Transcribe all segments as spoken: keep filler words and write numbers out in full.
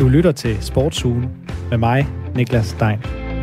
Du lytter til Sportsugen med mig, Niklas Stein.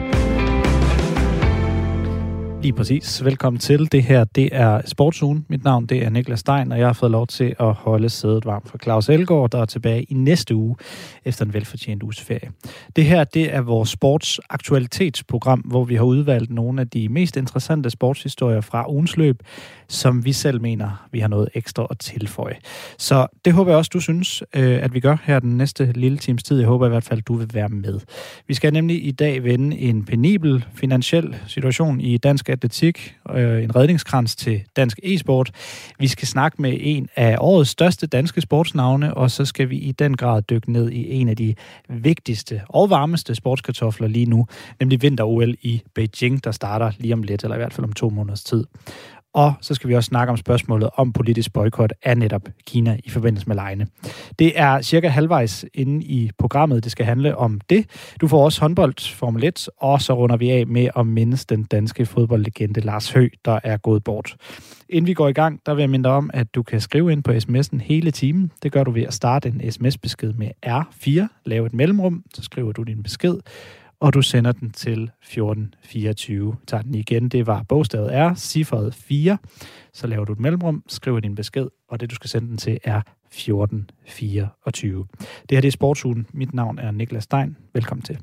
Lige præcis. Velkommen til. Det her, det er Sportsugen. Mit navn, det er Niklas Stein, og jeg har fået lov til at holde sædet varmt for Claus Elgaard, der er tilbage i næste uge efter en velfortjent uges ferie. Det her, det er vores sportsaktualitetsprogram, hvor vi har udvalgt nogle af de mest interessante sportshistorier fra ugens løb, som vi selv mener, vi har noget ekstra at tilføje. Så det håber jeg også, du synes, at vi gør her den næste lille times tid. Jeg håber i hvert fald, du vil være med. Vi skal nemlig i dag vende en penibel finansiel situation i dansk atletik, en redningskrans til dansk e-sport. Vi skal snakke med en af årets største danske sportsnavne, og så skal vi i den grad dykke ned i en af de vigtigste og varmeste sportskartofler lige nu, nemlig vinter-O L i Beijing, der starter lige om lidt, eller i hvert fald om to måneders tid. Og så skal vi også snakke om spørgsmålet om politisk boykot af netop Kina i forbindelse med legene. Det er cirka halvvejs inde i programmet, det skal handle om det. Du får også håndbold, Formel et, og så runder vi af med at mindes den danske fodboldlegende Lars Høgh, der er gået bort. Inden vi går i gang, der vil jeg minde dig om, at du kan skrive ind på sms'en hele timen. Det gør du ved at starte en sms-besked med R fire, lave et mellemrum, så skriver du din besked, og du sender den til fjorten fireogtyve. Tager den igen, det var bogstavet R, cifferet fire. Så laver du et mellemrum, skriver din besked, og det du skal sende den til er fjorten fireogtyve. Det her det er Sportsugen. Mit navn er Niklas Stein. Velkommen til.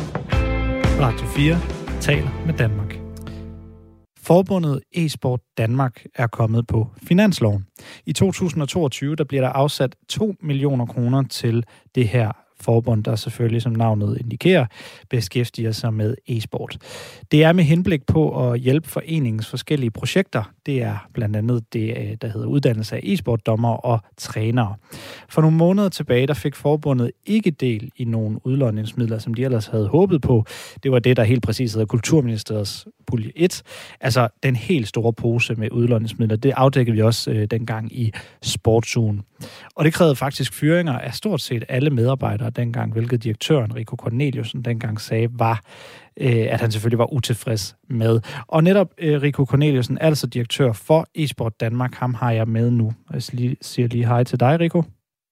Radio fire taler med Danmark. Forbundet e-sport Danmark er kommet på finansloven. I to tusind og toogtyve der bliver der afsat to millioner kroner til det her forbund, der selvfølgelig, som navnet indikerer, beskæftiger sig med e-sport. Det er med henblik på at hjælpe foreningens forskellige projekter. Det er blandt andet det, der hedder uddannelse af e-sportdommer og trænere. For nogle måneder tilbage, der fik forbundet ikke del i nogle udlodningsmidler, som de ellers havde håbet på. Det var det, der helt præcis hedder Kulturministeriets pulje et. Altså den helt store pose med udlodningsmidler. Det afdækkede vi også øh, dengang i Sportsugen. Og det krævede faktisk fyringer af stort set alle medarbejdere dengang, hvilket direktøren Rico Corneliusen dengang sagde, var, øh, at han selvfølgelig var utilfreds med. Og netop øh, Rico Corneliusen, altså direktør for eSport Danmark, ham har jeg med nu. Jeg siger lige hej til dig, Rico.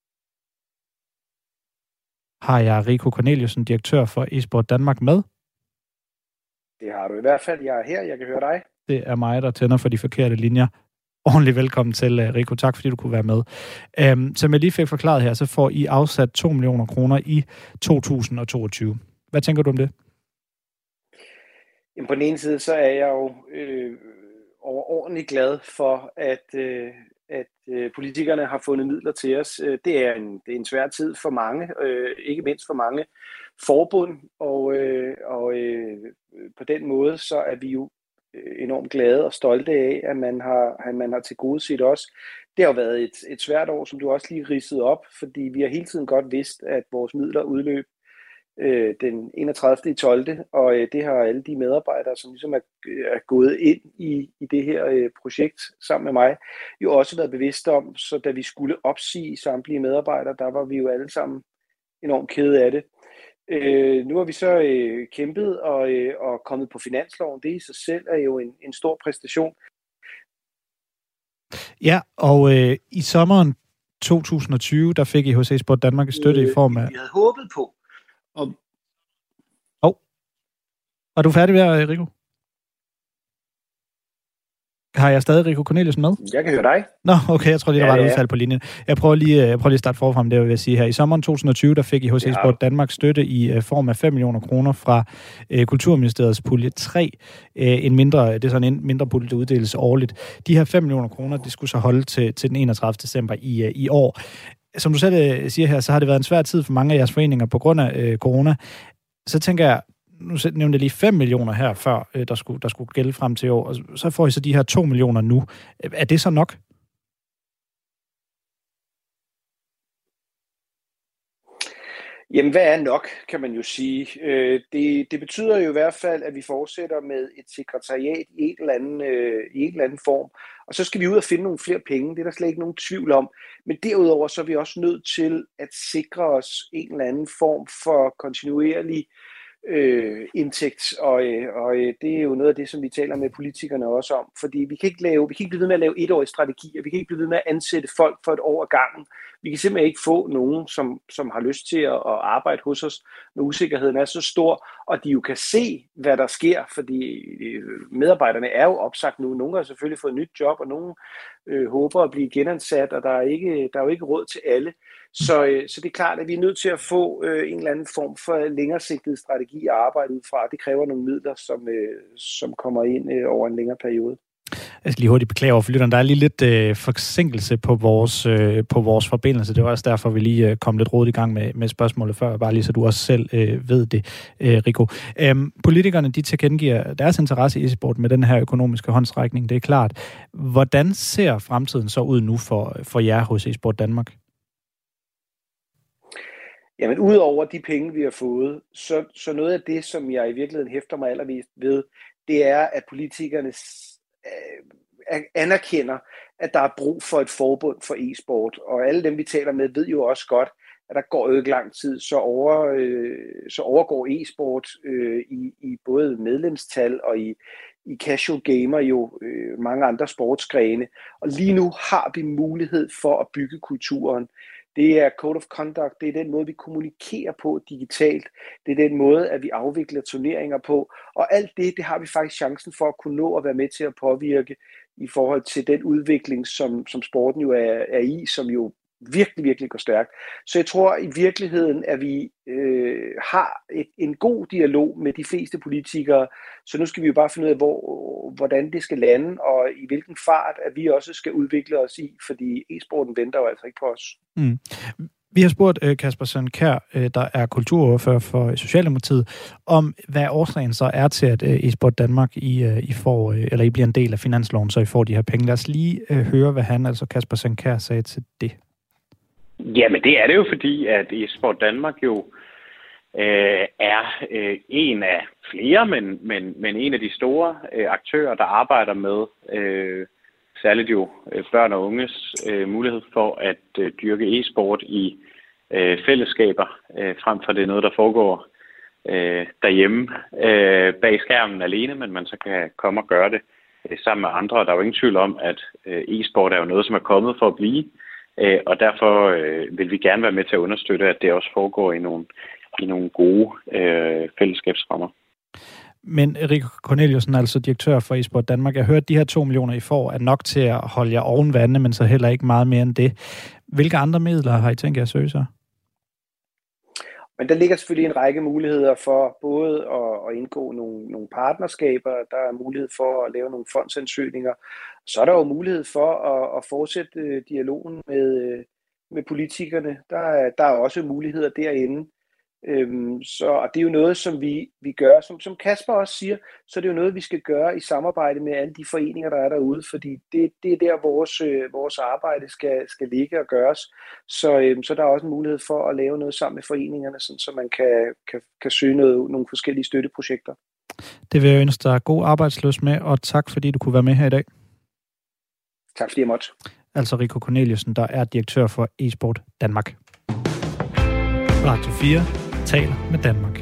Har jeg Rico Corneliusen, direktør for eSport Danmark, med? Det har du i hvert fald. Jeg er her, jeg kan høre dig. Det er mig, der tænder for de forkerte linjer. Ordentligt velkommen til, Rico. Tak, fordi du kunne være med. Um, som jeg lige fik forklaret her, så får I afsat to millioner kroner i to tusind og toogtyve. Hvad tænker du om det? Jamen, på den ene side, så er jeg jo øh, overordentligt glad for, at, øh, at øh, politikerne har fundet midler til os. Det er en, det er en svær tid for mange, øh, ikke mindst for mange forbund, og, øh, og øh, på den måde, så er vi jo enormt glade og stolte af, at man har, at man har tilgodeset os. Det har jo været et, et svært år, som du også lige ridsede op, fordi vi har hele tiden godt vidst, at vores midler udløb øh, den enogtredivte tolvte og øh, det har alle de medarbejdere, som ligesom er, er gået ind i, i det her øh, projekt sammen med mig, jo også været bevidste om. Så da vi skulle opsige samtlige medarbejdere, der var vi jo alle sammen enormt kede af det. Øh, nu har vi så øh, kæmpet og, øh, og kommet på finansloven. Det i sig selv er jo en, en stor præstation. Ja, og øh, i sommeren to tusind og tyve, der fik I hos eSport Danmark støtte øh, i form af... Vi havde håbet på. Og... Oh. Var du færdig med, Rico? Har jeg stadig Rico Corneliusen med? Jeg kan høre dig. Nå, okay, jeg tror lige, der ja, var et ja. udfald på linjen. Jeg prøver lige, jeg prøver lige at starte forfra med det, jeg vil sige her. I sommeren to tusind og tyve, der fik I hos ja. eSport Danmark støtte i uh, form af fem millioner kroner fra uh, Kulturministeriets pulje tre. Uh, en mindre, det er sådan en mindre pulje, der uddeles årligt. De her fem millioner kroner, de skulle så holde til, til den enogtredivte december i, uh, i år. Som du selv uh, siger her, så har det været en svær tid for mange af jeres foreninger på grund af uh, corona. Så tænker jeg, nu nævnte jeg lige fem millioner her før, der skulle, der skulle gælde frem til i år, og så får I så de her to millioner nu. Er det så nok? Jamen, hvad er nok, kan man jo sige. Det, det betyder jo i hvert fald, at vi fortsætter med et sekretariat i en eller anden, i en eller anden form, og så skal vi ud og finde nogle flere penge. Det er der slet ikke nogen tvivl om. Men derudover så er vi også nødt til at sikre os en eller anden form for kontinuerlig øh, indtægt, og, øh, og øh, det er jo noget af det, som vi taler med politikerne også om, fordi vi kan ikke, lave, vi kan ikke blive ved med at lave etårige strategier, vi kan ikke blive ved med at ansætte folk for et år ad gangen. Vi kan simpelthen ikke få nogen, som, som har lyst til at, at arbejde hos os, når usikkerheden er så stor, og de jo kan se, hvad der sker, fordi medarbejderne er jo opsagt nu. Nogle har selvfølgelig fået et nyt job, og nogle øh, håber at blive genansat, og der er, ikke, der er jo ikke råd til alle. Så, øh, så det er klart, at vi er nødt til at få øh, en eller anden form for længeresigtet strategi at arbejde ud fra. Det kræver nogle midler, som, øh, som kommer ind øh, over en længere periode. Jeg skal lige hurtigt beklage over for lytteren. Der er lige lidt øh, forsinkelse på vores, øh, på vores forbindelse. Det var også derfor, vi lige øh, kom lidt rodet i gang med, med spørgsmålet før, bare lige så du også selv øh, ved det, øh, Rico. Øhm, politikerne, de tilkendegiver deres interesse i e-sport med den her økonomiske håndsrækning, det er klart. Hvordan ser fremtiden så ud nu for, for jer hos eSport Danmark? Jamen, udover de penge, vi har fået, så, så noget af det, som jeg i virkeligheden hæfter mig allermest ved, det er, at politikerne øh, anerkender, at der er brug for et forbund for e-sport. Og alle dem, vi taler med, ved jo også godt, at der går jo ikke lang tid, så, over, øh, så overgår e-sport øh, i, i både medlemstal og i, i casual gamer jo øh, mange andre sportsgrene. Og lige nu har vi mulighed for at bygge kulturen. Det er Code of Conduct, det er den måde, vi kommunikerer på digitalt. Det er den måde, at vi afvikler turneringer på. Og alt det, det har vi faktisk chancen for at kunne nå at være med til at påvirke i forhold til den udvikling, som, som sporten jo er, er i, som jo virkelig, virkelig går stærkt. Så jeg tror i virkeligheden, at vi øh, har et, en god dialog med de fleste politikere. Så nu skal vi jo bare finde ud af, hvor, hvordan det skal lande, og i hvilken fart, at vi også skal udvikle os i, fordi e-sporten venter jo altså ikke på os. Mm. Vi har spurgt uh, Kasper Søren-Kjær, uh, der er kulturordfører for Socialdemokratiet, om hvad årsagen så er til, at uh, eSport Danmark I, uh, I, får, uh, eller I bliver en del af finansloven, så I får de her penge. Lad os lige uh, høre, hvad han, altså Kasper Søren-Kjær, sagde til det. Jamen det er det jo, fordi at eSport Danmark jo øh, er øh, en af flere, men, men, men en af de store øh, aktører, der arbejder med øh, særligt jo øh, børn og unges øh, mulighed for at øh, dyrke e-sport i øh, fællesskaber, øh, frem for det er noget, der foregår øh, derhjemme øh, bag skærmen alene, men man så kan komme og gøre det øh, sammen med andre. Og der er jo ingen tvivl om, at øh, e-sport er jo noget, som er kommet for at blive. Øh, og derfor øh, vil vi gerne være med til at understøtte, at det også foregår i nogle, i nogle gode øh, fællesskabsrammer. Men Rico Corneliusen, altså direktør for eSport Danmark, jeg hørte, at de her to millioner, I får, er nok til at holde jer oven vande, men så heller ikke meget mere end det. Hvilke andre midler har I tænkt jer at søge så? Men der ligger selvfølgelig en række muligheder for både at, at indgå nogle, nogle partnerskaber, der er mulighed for at lave nogle fondsansøgninger. Så er der jo mulighed for at, at fortsætte dialogen med, med politikerne. Der er, der er også muligheder derinde. Øhm, så, og det er jo noget, som vi, vi gør. Som, som Kasper også siger, så er det jo noget, vi skal gøre i samarbejde med alle de foreninger, der er derude, fordi det, det er der, vores, øh, vores arbejde skal, skal ligge og gøres. Så, øhm, så der er også en mulighed for at lave noget sammen med foreningerne, sådan, så man kan, kan, kan søge noget, nogle forskellige støtteprojekter. Det vil jeg ønske dig god arbejdsløs med, og tak fordi du kunne være med her i dag. Tak fordi jeg måtte. Altså Rico Corneliusen, der er direktør for eSport Danmark. Radio fire taler med Danmark.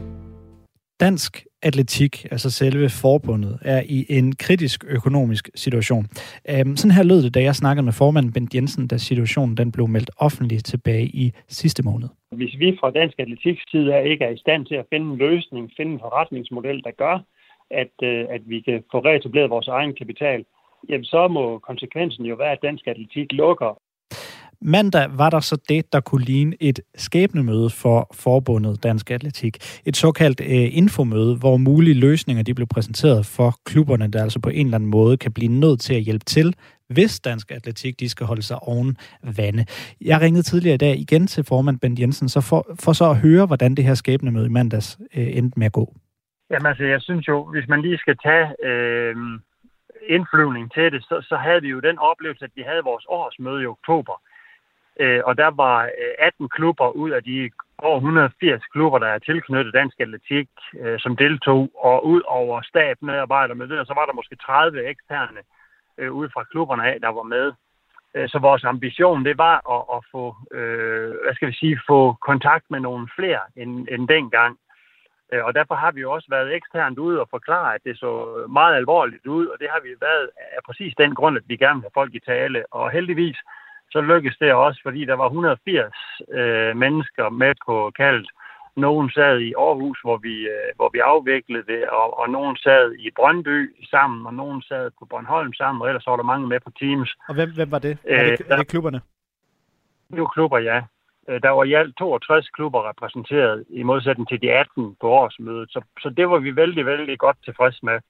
Dansk atletik, altså selve forbundet, er i en kritisk økonomisk situation. Um, sådan her lød det, da jeg snakkede med formanden Bent Jensen, da situationen den blev meldt offentligt tilbage i sidste måned. Hvis vi fra Dansk Atletiks side ikke er i stand til at finde en løsning, finde en forretningsmodel, der gør, at, at vi kan få reetableret vores egen kapital, jamen så må konsekvensen jo være, at Dansk Atletik lukker. Mandag var der så det, der kunne ligne et skæbnemøde for forbundet Dansk Atletik. Et såkaldt øh, infomøde, hvor mulige løsninger de blev præsenteret for klubberne, der altså på en eller anden måde kan blive nødt til at hjælpe til, hvis Dansk Atletik de skal holde sig oven vande. Jeg ringede tidligere i dag igen til formand Bent Jensen, så for, for så at høre, hvordan det her skæbnemøde i mandags øh, endte med at gå. Jamen altså, jeg synes jo, hvis man lige skal tage øh, indflyvning til det, så, så havde vi jo den oplevelse, at vi havde vores årsmøde i oktober. Og der var atten klubber ud af de over et hundrede og firs klubber, der er tilknyttet Dansk Atletik, som deltog. Og ud over stab, medarbejdere med det, så var der måske tredive eksterne ud fra klubberne af, der var med. Så vores ambition, det var at, at få, hvad skal vi sige, få kontakt med nogle flere end, end dengang. Og derfor har vi jo også været eksternt ude og forklare, at det så meget alvorligt ud, og det har vi været af præcis den grund, at vi gerne vil have folk i tale. Og heldigvis så lykkedes det også, fordi der var et hundrede og firs øh, mennesker med på kaldet. Nogen sad i Aarhus, hvor vi, øh, hvor vi afviklede det, og, og nogen sad i Brøndby sammen, og nogen sad på Bornholm sammen, og ellers var der mange med på Teams. Og hvem, hvem var det? Er det, er det klubberne? Det var klubber, ja. Der var i alt toogtres klubber repræsenteret i modsætning til de atten på årsmødet, så, så det var vi vældig, vældig godt tilfreds med.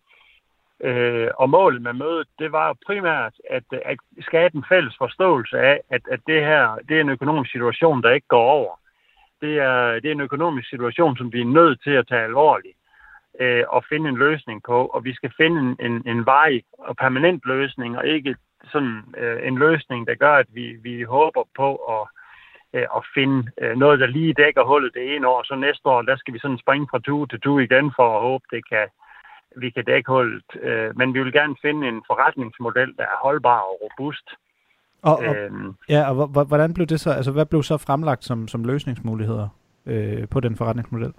Øh, og målet med mødet, det var primært at, at skabe en fælles forståelse af, at, at det her det er en økonomisk situation, der ikke går over. Det er, det er en økonomisk situation, som vi er nødt til at tage alvorligt øh, og finde en løsning på, og vi skal finde en, en, en varig og permanent løsning, og ikke sådan øh, en løsning, der gør, at vi, vi håber på at at finde noget, der lige dækker hullet det ene år, så næste år, der skal vi sådan springe fra tue til tue igen for at håbe, det kan, vi kan dække hullet. Men vi vil gerne finde en forretningsmodel, der er holdbar og robust. Og, og, øhm, ja, og hvordan blev det så, altså hvad blev så fremlagt som, som løsningsmuligheder øh, på den forretningsmodel?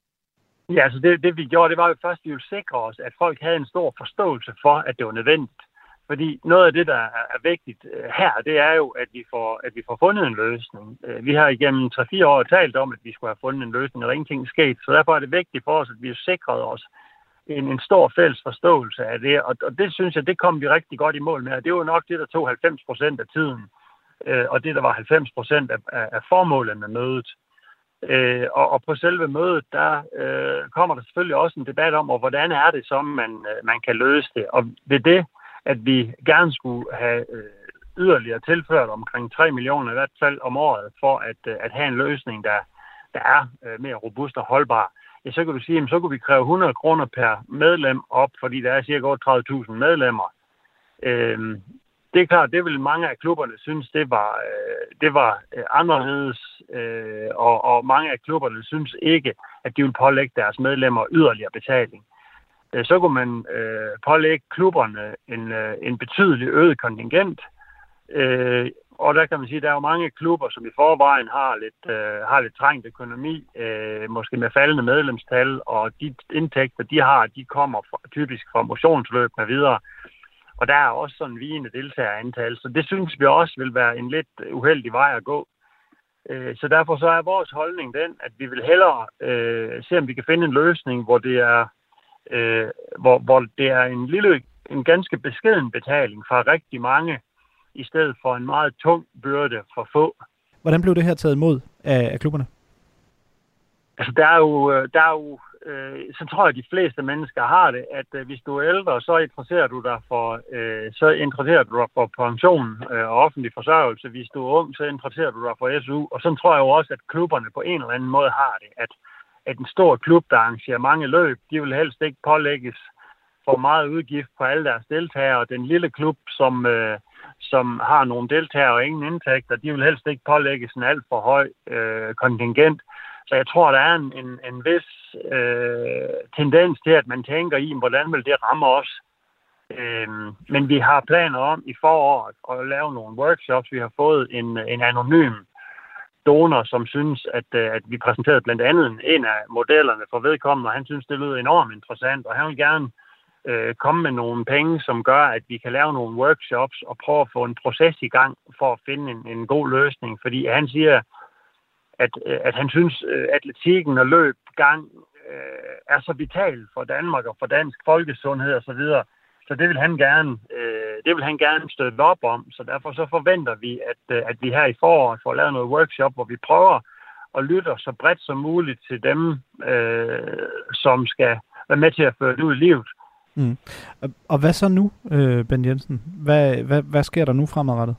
Ja, altså det, det vi gjorde, det var jo først, at vi ville sikre os, at folk havde en stor forståelse for, at det var nødvendigt. Fordi noget af det, der er vigtigt her, det er jo, at vi får, at vi får fundet en løsning. Vi har igennem tre fire år talt om, at vi skulle have fundet en løsning, og der er ingenting sket. Så derfor er det vigtigt for os, at vi har sikret os en, en stor fælles forståelse af det. Og, og det synes jeg, det kom vi rigtig godt i mål med. Og det var nok det, der tog halvfems procent af tiden. Og det, der var halvfems procent af, af formålet med mødet. Og, og på selve mødet, der øh, kommer der selvfølgelig også en debat om, og hvordan er det så, man, man kan løse det. Og ved det, at vi gerne skulle have øh, yderligere tilført omkring tre millioner i hvert fald om året, for at, øh, at have en løsning, der, der er øh, mere robust og holdbar. Ja, så kan du sige, at så kunne vi kræve hundrede kroner per medlem op, fordi der er cirka otteogtredive tusind medlemmer. Øh, det er klart, det vil mange af klubberne synes, det var, øh, det var øh, anderledes, øh, og, og mange af klubberne synes ikke, at de vil pålægge deres medlemmer yderligere betaling. Så kunne man øh, pålægge klubberne en, øh, en betydelig øget kontingent. Øh, og der kan man sige, at der er jo mange klubber, som i forvejen har lidt, øh, har lidt trængt økonomi, øh, måske med faldende medlemstal, og de indtægter, de har, de kommer fra, typisk fra motionsløb med videre. Og der er også sådan vigende deltagerantal, så det synes vi også vil være en lidt uheldig vej at gå. Øh, så derfor så er vores holdning den, at vi vil hellere øh, se, om vi kan finde en løsning, hvor det er Øh, hvor, hvor det er en lille, en ganske beskeden betaling fra rigtig mange, i stedet for en meget tung byrde for få. Hvordan blev det her taget imod af, af klubberne? Altså, der er jo, der er jo øh, så tror jeg, at de fleste mennesker har det, at øh, hvis du er ældre, så interesserer du dig for, øh, så interesserer du dig for pension øh, og offentlig forsørgelse. Hvis du er ung, så interesserer du dig for S U. Og sådan tror jeg jo også, at klubberne på en eller anden måde har det, at at en stor klub, der arrangerer mange løb, de vil helst ikke pålægges for meget udgift på alle deres deltagere. Og den lille klub, som, øh, som har nogle deltagere og ingen indtægter, de vil helst ikke pålægges en alt for høj øh, kontingent. Så jeg tror, der er en, en, en vis øh, tendens til, at man tænker i, hvordan vil det ramme os. Øh, men vi har planer om i foråret at lave nogle workshops. Vi har fået en, en anonym donor, som synes, at, at vi præsenterede blandt andet en af modellerne for vedkommende, og han synes, det lyder enormt interessant, og han vil gerne øh, komme med nogle penge, som gør, at vi kan lave nogle workshops og prøve at få en proces i gang for at finde en, en god løsning, fordi han siger, at, at han synes, at atletikken og løb gang øh, er så vital for Danmark og for dansk folkesundhed osv., så det vil han gerne, øh, det vil han gerne støtte op om. Så derfor så forventer vi, at, øh, at vi her i foråret får lavet noget workshop, hvor vi prøver at lytte så bredt som muligt til dem, øh, som skal være med til at føre det ud i livet. Mm. Og hvad så nu, øh, Ben Jensen? Hvad, hvad, hvad sker der nu fremadrettet?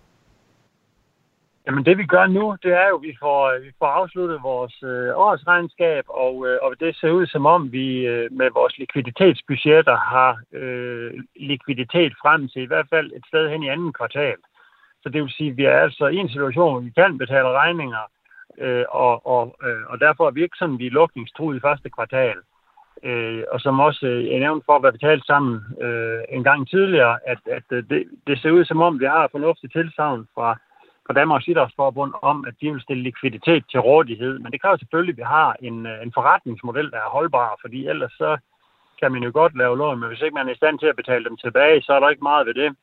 Jamen det vi gør nu, det er jo, at vi får, vi får afsluttet vores øh, årsregnskab, og, øh, og det ser ud som om, vi øh, med vores likviditetsbudgetter har øh, likviditet frem til i hvert fald et sted hen i anden kvartal. Så det vil sige, at vi er altså i en situation, hvor vi kan betale regninger, øh, og, og, øh, og derfor er vi ikke sådan, vi er lukningstruet i første kvartal. Øh, og som også øh, jeg nævnte for at være betalt sammen øh, en gang tidligere, at, at det, det ser ud som om, vi har fornuftigt tilsagn fra fra Danmarks Idrætsforbund om, at de vil stille likviditet til rådighed. Men det kræver selvfølgelig, at vi har en, en forretningsmodel, der er holdbar, fordi ellers så kan man jo godt lave lån, men hvis ikke man er i stand til at betale dem tilbage, så er der ikke meget ved det.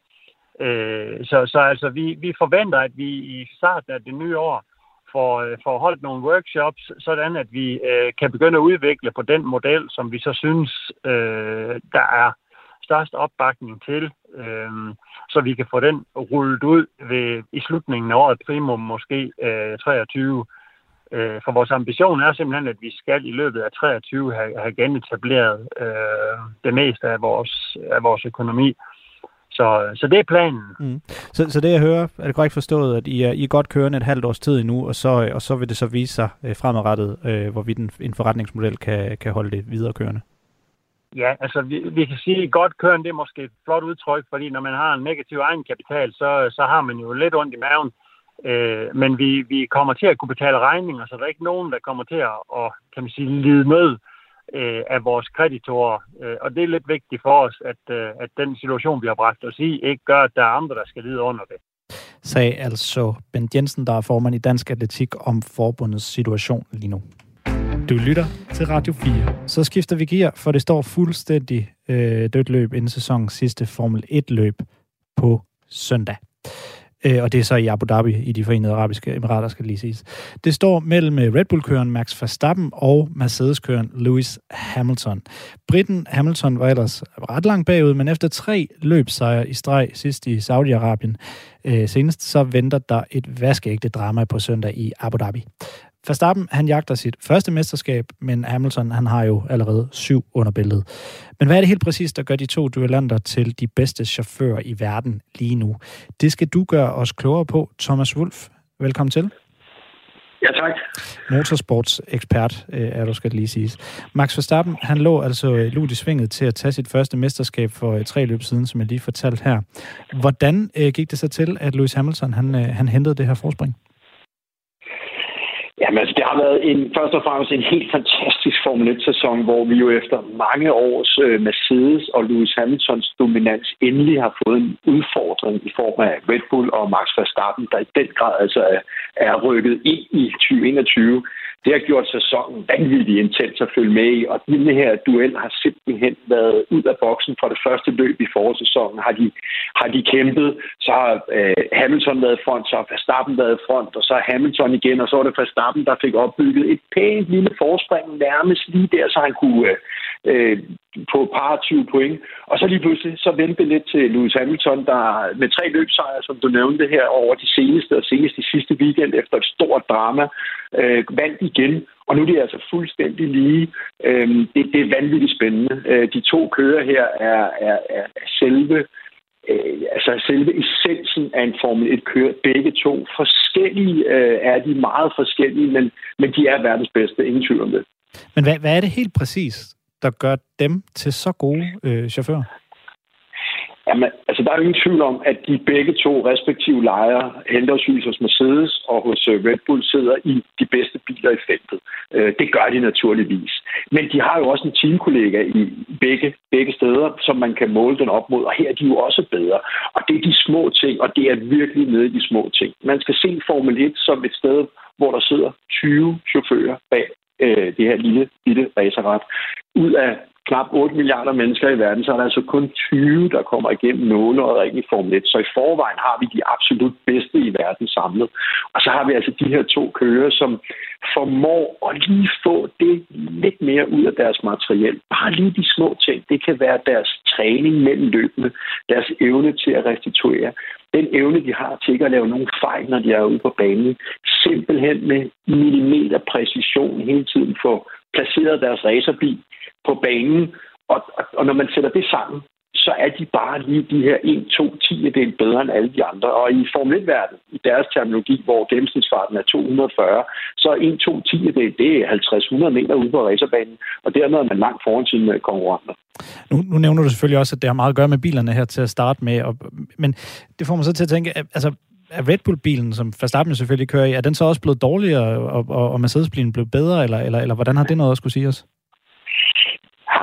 Øh, så, så altså, vi, vi forventer, at vi i starten af det nye år får, får holdt nogle workshops, sådan at vi øh, kan begynde at udvikle på den model, som vi så synes, øh, der er størst opbakning til, øh, så vi kan få den rullet ud ved, i slutningen af året, primum måske øh, treogtyve. Øh, for vores ambition er simpelthen, at vi skal i løbet af treogtyve have, have genetableret øh, det meste af vores, af vores økonomi. Så, så det er planen. Mm. Så, så det jeg hører, er det korrekt forstået, at I er, I er godt kørende et halvt års tid endnu, og så, og så vil det så vise sig øh, fremadrettet, øh, hvorvidt en, en forretningsmodel kan, kan holde det videre kørende? Ja, altså vi, vi kan sige, at godt kørende, det er måske et flot udtryk, fordi når man har en negativ egenkapital, så, så har man jo lidt ondt i maven. Øh, men vi, vi kommer til at kunne betale regninger, så der er ikke nogen, der kommer til at, og, kan man sige, lide nød øh, af vores kreditorer. Øh, og det er lidt vigtigt for os, at, øh, at den situation, vi har bragt os i, ikke gør, at der er andre, der skal lide under det. Sagde altså Bent Jensen, der er formand i Dansk Atletik, om forbundets situation lige nu. Du lytter til Radio fire. Så skifter vi gear, for det står fuldstændig øh, dødt løb inden sæsonens sidste Formel et-løb på søndag. Øh, og det er så i Abu Dhabi i de Forenede Arabiske Emirater, skal det lige siges. Det står mellem Red Bull-køren Max Verstappen og Mercedes-køren Lewis Hamilton. Briten Hamilton var ellers ret langt bagud, men efter tre løbsejre i streg sidst i Saudi-Arabien øh, senest, så venter der et vaskeægte drama på søndag i Abu Dhabi. Verstappen, han jagter sit første mesterskab, men Hamilton, han har jo allerede syv under bæltet. Men hvad er det helt præcis, der gør de to duellanter til de bedste chauffører i verden lige nu? Det skal du gøre os klogere på, Thomas Wulff. Velkommen til. Ja, tak. Motorsportsekspert er du, skal det lige siges. Max Verstappen, han lå altså lut i svinget til at tage sit første mesterskab for tre løb siden, som jeg lige fortalte her. Hvordan gik det så til, at Lewis Hamilton, han, han hentede det her forspring? Jamen altså, det har været en, først og fremmest en helt fantastisk Formel et-sæson, hvor vi jo efter mange års øh, Mercedes og Lewis Hamiltons dominans endelig har fået en udfordring i form af Red Bull og Max Verstappen, der i den grad altså er, er rykket ind i tyve enogtyve. Det har gjort sæsonen vanvittigt intens at følge med i, og denne her duel har simpelthen været ud af boksen fra det første løb i forårssæsonen. Har de, har de kæmpet, så har øh, Hamilton været i front, så har Verstappen været i front, og så har Hamilton igen, og så var det Verstappen, der fik opbygget et pænt lille forspring nærmest lige der, så han kunne øh, på par tyve point. Og så lige pludselig, så vendte det lidt til Lewis Hamilton, der med tre løbsejre, som du nævnte her, over de seneste og seneste de sidste weekend efter et stort drama, øh, vandt igen. Og nu er de altså fuldstændig lige. Øh, det, det er vanvittigt spændende. Øh, de to kører her er, er, er selve øh, altså selve essensen af en Formel et-kører. Begge to forskellige øh, er de meget forskellige, men, men de er verdens bedste, ingen tvivl om det. Men hvad, hvad er det helt præcis, der gør dem til så gode øh, chauffører? Jamen, altså der er jo ingen tvivl om, at de begge to respektive lejre, henholdsvis hos Mercedes og hos Red Bull, sidder i de bedste biler i feltet. Det gør de naturligvis. Men de har jo også en teamkollega i begge, begge steder, som man kan måle den op mod, og her er de jo også bedre. Og det er de små ting, og det er virkelig nede i de små ting. Man skal se Formel et som et sted, hvor der sidder tyve chauffører bag øh, det her lille, lille racerret. Ud af knap otte milliarder mennesker i verden, så er der altså kun tyve, der kommer igennem nåleøjet i Formel et. Så i forvejen har vi de absolut bedste i verden samlet. Og så har vi altså de her to kører, som formår at lige få det lidt mere ud af deres materiel. Bare lige de små ting. Det kan være deres træning mellem løbende, deres evne til at restituere. Den evne, de har til ikke at lave nogle fejl, når de er ude på banen. Simpelthen med millimeter præcision hele tiden få placeret deres racerbil på banen, og, og, og når man sætter det sammen, så er de bare lige de her en to tiendedel bedre end alle de andre. Og i Formel et-verden, i deres terminologi, hvor gennemsnitsfarten er to hundrede og fyrre, så er en to tiendedel, det er halvtreds til hundrede meter ude på racerbanen, og dermed er man langt foran sine konkurrenter. Nu, nu nævner du selvfølgelig også, at det har meget at gøre med bilerne her til at starte med, og, men det får mig så til at tænke, at, altså, er Red Bull-bilen, som Verstappen selvfølgelig kører i, er den så også blevet dårligere, og, og, og Mercedes-bilen blevet bedre, eller, eller, eller hvordan har det noget at skulle sige os?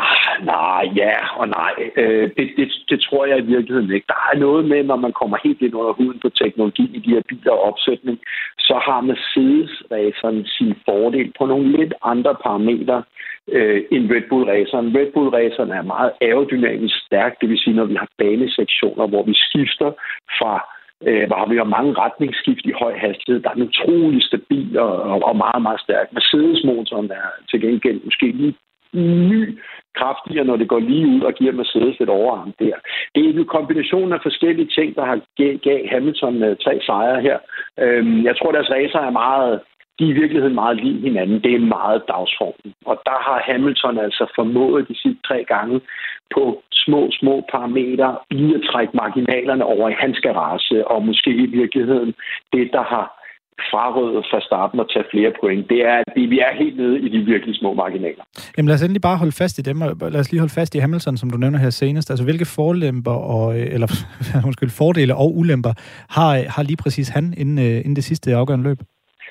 nej, ja og nej. Øh, det, det, det tror jeg i virkeligheden ikke. Der er noget med, når man kommer helt ind under huden på teknologi i de her biler og opsætning, så har Mercedes-raceren sin fordel på nogle lidt andre parametre øh, end Red Bull-raceren. Red Bull-raceren er meget aerodynamisk stærk, det vil sige, når vi har banesektioner, hvor vi skifter fra Øh, hvor vi har mange retningsskift i høj hastighed. Der er en utrolig stabil og, og meget, meget stærk. Mercedes-motoren er til gengæld måske lige ny kraftigere, når det går lige ud og giver Mercedes et overarm der. Det er en kombination af forskellige ting, der har gav Hamilton uh, tre sejre her. Øhm, jeg tror, deres racer er meget... De er i virkeligheden meget lige hinanden. Det er meget dagsformen. Og der har Hamilton altså formået de sidste tre gange på små, små parametre lige at trække marginalerne over i hans garage, og måske i virkeligheden det, der har frarøvet fra starten at tage flere point, det er, at vi er helt nede i de virkelig små marginaler. Jamen lad os endelig bare holde fast i dem, og lad os lige holde fast i Hamilton, som du nævner her senest. Altså hvilke forlemper og, eller undskyld, fordele og ulemper har, har lige præcis han inden, inden det sidste afgørende løb?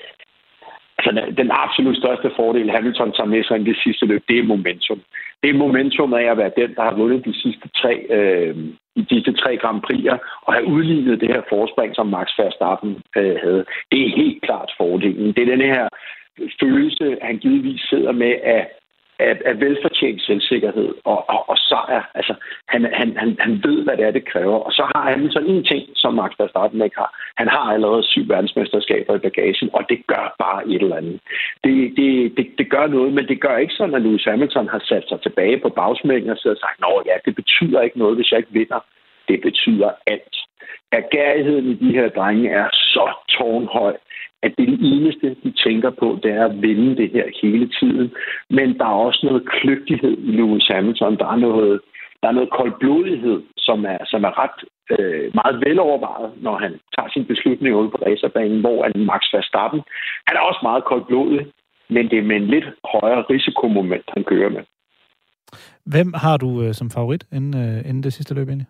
Altså, den absolut største fordel, Hamilton tager med sig i det sidste løb, det er momentum. Det er momentum af at være den, der har vundet de sidste tre, øh, de sidste tre Grand Prix'er, og have udlignet det her forspring, som Max Verstappen øh, havde. Det er helt klart fordelen. Det er den her følelse, han givetvis sidder med af, af, af velfortjent selvsikkerhed og, og, og sejr. Altså, han, han, han, han ved, hvad det er, det kræver. Og så har han sådan en ting, som Max Verstappen ikke har. Han har allerede syv verdensmesterskaber i bagagen, og det gør bare et eller andet. Det, det, det, det gør noget, men det gør ikke sådan, at Lewis Hamilton har sat sig tilbage på bagsmækken og sidder og sagt, nå ja, det betyder ikke noget, hvis jeg ikke vinder. Det betyder alt. Ergærigheden i de her drenge er så tårnhøj, at det eneste, de tænker på, det er at vinde det her hele tiden. Men der er også noget kløgtighed i Lewis Hamilton. Der er noget, der er noget koldblodighed, som er, som er ret øh, meget velovervejet, når han tager sin beslutning ude på racerbanen, hvor han Max Verstappen, han er også meget koldblodig, men det er med en lidt højere risikomoment, han kører med. Hvem har du øh, som favorit inden, øh, inden det sidste løb egentlig?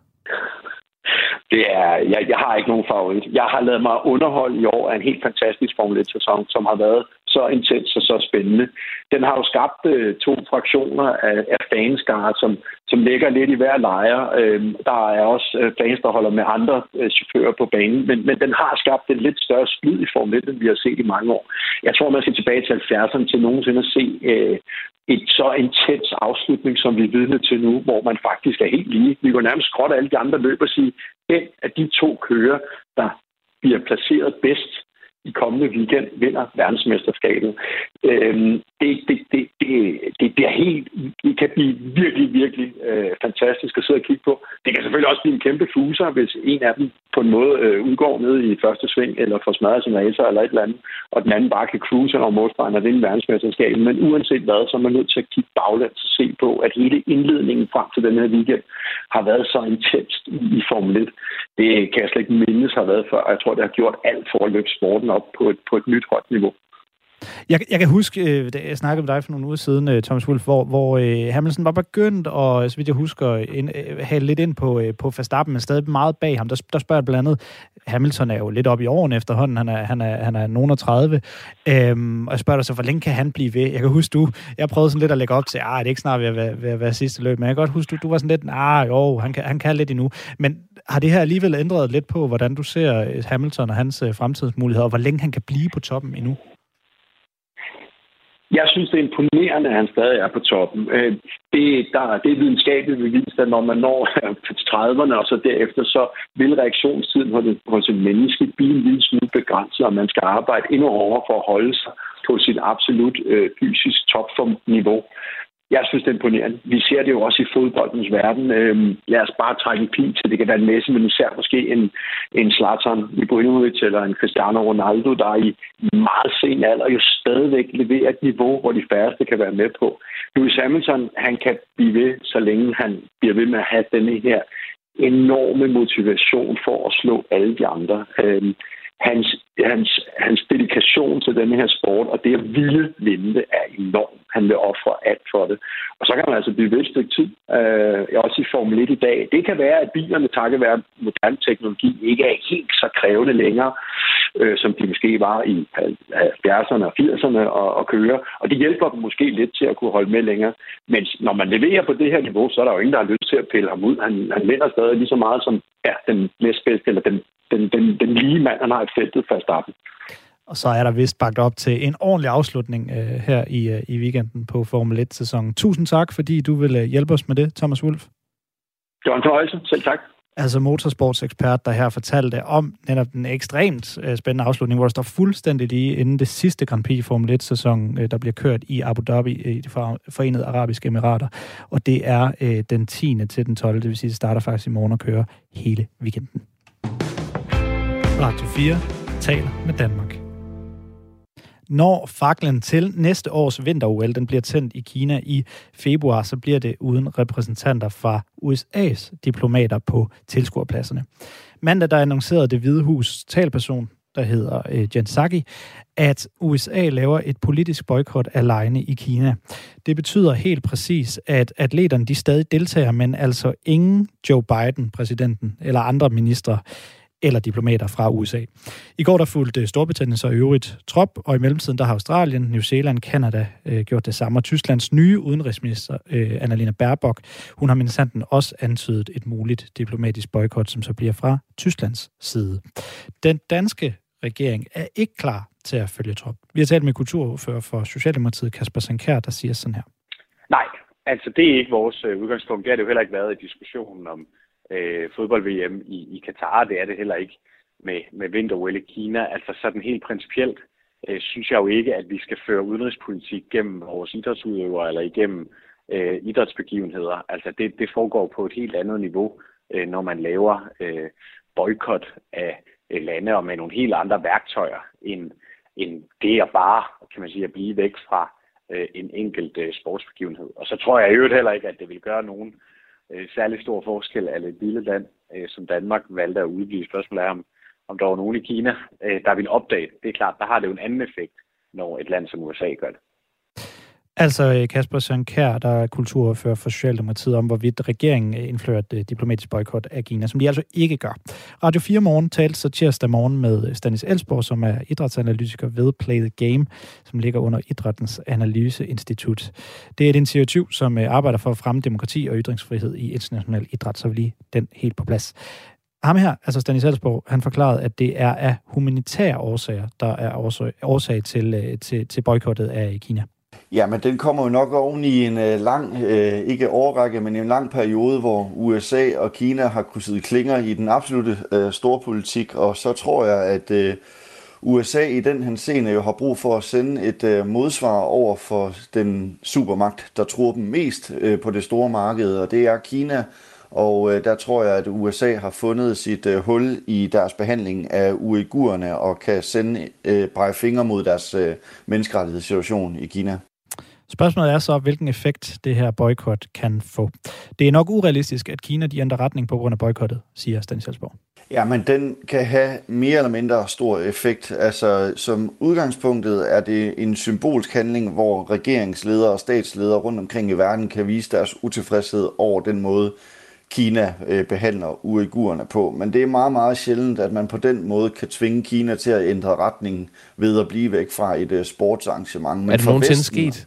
Det er, jeg, jeg har ikke nogen favorit. Jeg har ladet mig underholde i år af en helt fantastisk Formel et-sæson, som har været så intens og så spændende. Den har jo skabt øh, to fraktioner af, af fanskare, som, som ligger lidt i hver lejr. Øh, der er også øh, fans, der holder med andre øh, chauffører på banen, men, men den har skabt et lidt større splid i Formel et, end vi har set i mange år. Jeg tror, man skal tilbage til halvfjerdserne til nogensinde at se øh, et så intens afslutning, som vi er vidne til nu, hvor man faktisk er helt lige. Vi går nærmest skråt alle de andre løb og sige, den af de to kører, der bliver placeret bedst i kommende weekend, vinder verdensmesterskabet. Øhm, det, det, det, det, det bliver helt, det kan blive virkelig, virkelig øh, fantastisk at sidde og kigge på. Det kan selvfølgelig også blive en kæmpe fuser, hvis en af dem på en måde øh, udgår ned i første sving, eller får smadret sin racer, eller et eller andet, og den anden bare kan cruise over målstregen og vinde verdensmesterskabet. Men uanset hvad, så er man nødt til at kigge baglæns og se på, at hele indledningen frem til den her weekend har været så intenst i Formel et. Det kan jeg slet ikke mindes har været før, og jeg tror, det har gjort alt for at løbe sporten op på et, på et nyt højt niveau. Jeg, jeg kan huske, da jeg snakkede med dig for nogle uger siden, Thomas Wulff, hvor, hvor uh, Hamilton var begyndt, og så vidt jeg husker, ind, uh, have lidt ind på, uh, på Verstappen, men stadig meget bag ham. Der, der spørger jeg blandt andet, Hamilton er jo lidt op i årene efterhånden, han er, han er, han er nogen af tredive, øhm, og jeg spørger dig så, hvor længe kan han blive ved? Jeg kan huske, du, jeg prøvede sådan lidt at lægge op til, ah, det er ikke snart ved at være, ved at være sidste løb, men jeg kan godt huske, du, du var sådan lidt, ah, jo, han kan, han kan lidt endnu. Men har det her alligevel ændret lidt på, hvordan du ser Hamilton og hans uh, fremtidsmuligheder, og hvor længe han kan blive på toppen endnu? Jeg synes, det er imponerende, at han stadig er på toppen. Det, der, det er videnskabeligt bevist, at når man når trediverne, og så derefter, så vil reaktionstiden hos, hos et menneske blive en lille smule begrænset, og man skal arbejde endnu hårdere for at holde sig på sit absolut øh, fysisk topformniveau. Jeg synes, det er imponerende. Vi ser det jo også i fodboldens verden. Øhm, lad os bare trække en pil til. Det kan være en Messi, men især måske en, en Zlatan Ibrahimovic eller en Cristiano Ronaldo, der i meget sen alder jo stadigvæk leverer et niveau, hvor de færreste kan være med på. Lewis Hamilton, han kan blive ved, så længe han bliver ved med at have denne her enorme motivation for at slå alle de andre. Øhm, Hans, hans, hans dedikation til denne her sport, og det at ville vinde, er enormt. Han vil ofre alt for det. Og så så kan man altså blive ved et stykke tid. Øh, også i Formel et i dag. Det kan være, at bilerne takket være moderne teknologi ikke er helt så krævende længere, øh, som de måske var i halvfjerdserne og firserne og, og køre. Og det hjælper dem måske lidt til at kunne holde med længere. Men når man leverer på det her niveau, så er der jo ingen, der har lyst til at pille ham ud. Han, han vinder stadig lige så meget som ja, den næstbedste, eller den, den, den, den lige mand, han har i feltet fra starten. Og så er der vist bagt op til en ordentlig afslutning øh, her i, øh, i weekenden på Formel et-sæsonen. Tusind tak, fordi du vil øh, hjælpe os med det, Thomas Wulff. Det var en fornøjelse. Selv tak. Altså motorsportsekspert, der her fortalte om netop den ekstremt øh, spændende afslutning, hvor der står fuldstændig lige inden det sidste Grand Prix Formel et-sæson, øh, der bliver kørt i Abu Dhabi i de Forenede Arabiske Emirater. Og det er øh, den tiende til den tolvte, det vil sige, det starter faktisk i morgen og kører hele weekenden. Radio fire taler med Danmark. Når faklen til næste års vinter-O L den bliver tændt i Kina i februar, så bliver det uden repræsentanter fra U S A's diplomater på tilskuerpladserne. Mandag der annoncerede Det Hvide Hus talperson, der hedder øh, Jen Psaki, at U S A laver et politisk boykot af legene i Kina. Det betyder helt præcis, at atleterne de stadig deltager, men altså ingen Joe Biden, præsidenten, eller andre ministre eller diplomater fra U S A. I går der fulgte Storbritannien så i øvrigt trop, og i mellemtiden der har Australien, New Zealand, Canada øh, gjort det samme. Og Tysklands nye udenrigsminister, øh, Annalena Baerbock, hun har mindsanden også antydet et muligt diplomatisk boykot, som så bliver fra Tysklands side. Den danske regering er ikke klar til at følge trop. Vi har talt med kulturordfører for Socialdemokratiet, Kasper Sandkjær, der siger sådan her. Nej, altså det er ikke vores øh, udgangspunkt. Det har det jo heller ikke været i diskussionen om øh, fodbold-V M i, i Katar. Det er det heller ikke med, med vinter-O L i Kina. Altså sådan helt principielt øh, synes jeg jo ikke, at vi skal føre udenrigspolitik gennem vores idrætsudøvere eller igennem øh, idrætsbegivenheder. Altså det, det foregår på et helt andet niveau, øh, når man laver øh, boykot af øh, lande og med nogle helt andre værktøjer end, end det at bare, kan man sige, at blive væk fra øh, en enkelt øh, sportsbegivenhed. Og så tror jeg i øvrigt heller ikke, at det vil gøre nogen øh, særlig stor forskel af et lille land, øh, som Danmark valgte at udblive. Spørgsmålet er, om, om der var nogen i Kina, øh, der vil opdage det. Det er klart, der har det jo en anden effekt, når et land som U S A gør det. Altså Kasper Sandkjær, der er kulturordfører for Socialdemokratiet, om hvorvidt regeringen indfører et diplomatisk boykot af Kina, som de altså ikke gør. Radio fire Morgen talte så tirsdag morgen med Stanis Elsborg, som er idrætsanalytiker ved Play the Game, som ligger under Idrættens Analyseinstitut. Det er et initiativ, som arbejder for at fremme demokrati og ytringsfrihed i international idræt, så vi lige den helt på plads. Ham her, altså Stanis Elsborg, han forklarede, at det er af humanitære årsager, der er årsag, årsag til, til, til boykottet af Kina. Ja, men den kommer jo nok oven i en øh, lang, øh, ikke årrække, men en lang periode, hvor U S A og Kina har kunnet sidde klinger i den absolute øh, storpolitik, og så tror jeg, at øh, U S A i den henseende jo har brug for at sende et øh, modsvar over for den supermagt, der tror dem mest øh, på det store marked, og det er Kina. Og øh, der tror jeg, at U S A har fundet sit øh, hul i deres behandling af uigurerne og kan sende øh, pege fingre mod deres øh, menneskerettighedssituation i Kina. Spørgsmålet er så, hvilken effekt det her boykot kan få. Det er nok urealistisk, at Kina de ændrer retning på grund af boykottet, siger Stanis Elsborg. Ja, men den kan have mere eller mindre stor effekt. Altså, som udgangspunktet er det en symbolsk handling, hvor regeringsledere og statsledere rundt omkring i verden kan vise deres utilfredshed over den måde, Kina øh, behandler uigurerne på. Men det er meget, meget sjældent, at man på den måde kan tvinge Kina til at ændre retning ved at blive væk fra et øh, sportsarrangement. Men er det nogensinde sket?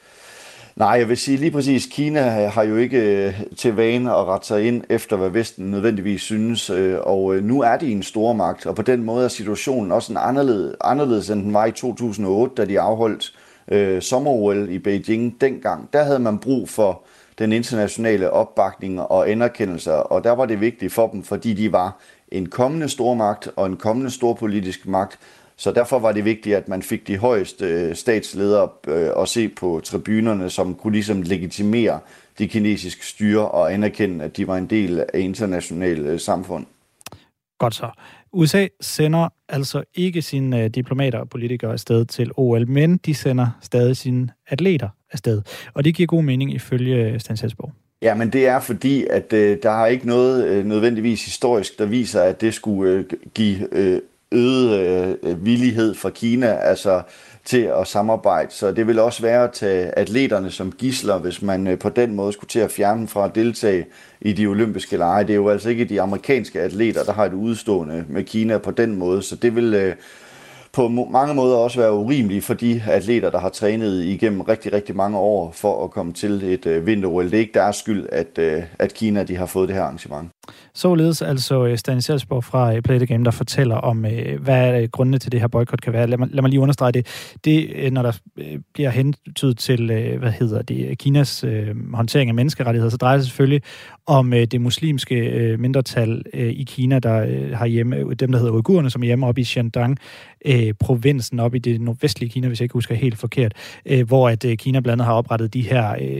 Nej, jeg vil sige lige præcis, Kina har jo ikke øh, til vane at rette sig ind efter, hvad Vesten nødvendigvis synes, øh, og øh, nu er de en stormagt, og på den måde er situationen også en anderledes, anderledes end den var i to tusind og otte, da de afholdt øh, sommer-O L i Beijing dengang. Der havde man brug for den internationale opbakning og anerkendelse, og der var det vigtigt for dem, fordi de var en kommende stormagt og en kommende storpolitisk magt, så derfor var det vigtigt, at man fik de højeste statsledere at se på tribunerne, som kunne ligesom legitimere det kinesiske styre og anerkende, at de var en del af internationale samfund. Godt så. U S A sender altså ikke sine diplomater og politikere afsted til O L, men de sender stadig sine atleter afsted. Og det giver god mening ifølge Stanis Elsborg. Ja, men det er fordi, at øh, der er ikke noget øh, nødvendigvis historisk, der viser, at det skulle øh, give øh, øget øh, villighed fra Kina, altså til at samarbejde. Så det vil også være at tage atleterne som gidsler, hvis man øh, på den måde skulle til at fjerne dem fra at deltage i de olympiske lege. Det er jo altså ikke de amerikanske atleter, der har et udstående med Kina på den måde, så det vil øh, på mange måder også være urimeligt for de atleter, der har trænet igennem rigtig, rigtig mange år for at komme til et øh, vinter-O L. Det er ikke deres skyld, at, øh, at Kina de har fået det her arrangement. Således altså Stanis Elsborg fra Play the Game, der fortæller om, hvad grundene til det her boykot kan være. Lad mig, lad mig lige understrege det. Det, når der bliver hentydet til, hvad hedder det, Kinas øh, håndtering af menneskerettigheder, så drejer det selvfølgelig om øh, det muslimske øh, mindretal øh, i Kina, der øh, har hjemme, dem der hedder uigurerne, som er hjemme oppe i Xinjiang, øh, provinsen oppe i det nordvestlige Kina, hvis jeg ikke husker helt forkert, øh, hvor at øh, Kina blandt andet har oprettet de her øh,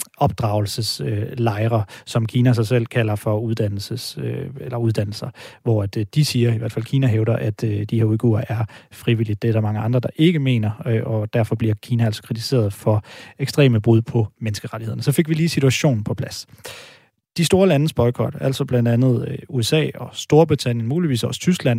opdragelseslejre, øh, som Kina sig selv kalder for uddannelses, øh, eller uddannelser, hvor at, øh, de siger, i hvert fald Kina hævder, at øh, de her uigurer er frivilligt. Det er der mange andre, der ikke mener, øh, og derfor bliver Kina altså kritiseret for ekstreme brud på menneskerettighederne. Så fik vi lige situationen på plads. De store landes boykot, altså blandt andet U S A og Storbritannien, muligvis også Tyskland,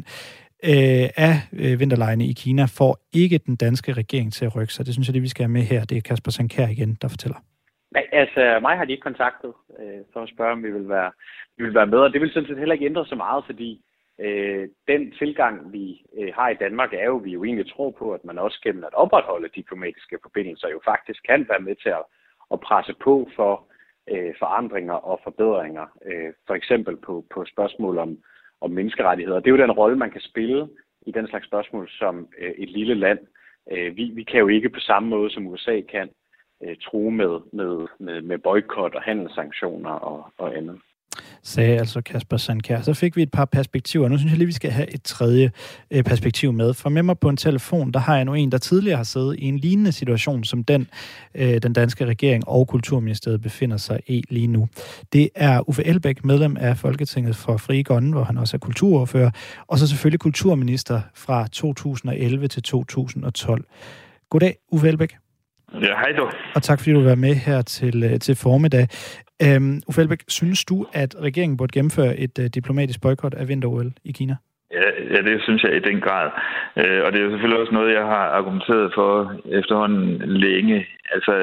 øh, af øh, vinterlejene i Kina, får ikke den danske regering til at rykke sig. Det synes jeg, det vi skal have med her. Det er Kasper Sankær igen, der fortæller. Nej, altså mig har de ikke kontaktet øh, for at spørge, om vi vil være, vi vil være med, og det vil sådan set heller ikke ændre så meget, fordi øh, den tilgang, vi øh, har i Danmark, er jo, vi jo egentlig tror på, at man også gennem at opretholde diplomatiske forbindelser jo faktisk kan være med til at, at presse på for øh, forandringer og forbedringer, øh, for eksempel på, på spørgsmål om, om menneskerettigheder. Det er jo den rolle, man kan spille i den slags spørgsmål som øh, et lille land. Øh, vi, vi kan jo ikke på samme måde, som U S A kan, true med, med, med, med boykot og handelssanktioner og, og andet. Sagde altså Kasper Sankær. Så fik vi et par perspektiver. Nu synes jeg lige, vi skal have et tredje øh, perspektiv med. For med mig på en telefon, der har jeg nu en, der tidligere har siddet i en lignende situation, som den, øh, den danske regering og Kulturministeriet befinder sig i lige nu. Det er Uffe Elbæk, medlem af Folketinget for Frie Grønne, hvor han også er kulturordfører, og så selvfølgelig kulturminister fra to tusind og elleve til to tusind og tolv. Goddag, Uffe Elbæk. Ja, hej du. Og tak fordi du var med her til, til formiddag. Um, Uffe Elbæk, synes du, at regeringen burde gennemføre et uh, diplomatisk boykot af vinter-O L i Kina? Ja, ja, det synes jeg i den grad. Uh, og det er jo selvfølgelig også noget, jeg har argumenteret for efterhånden længe. Altså,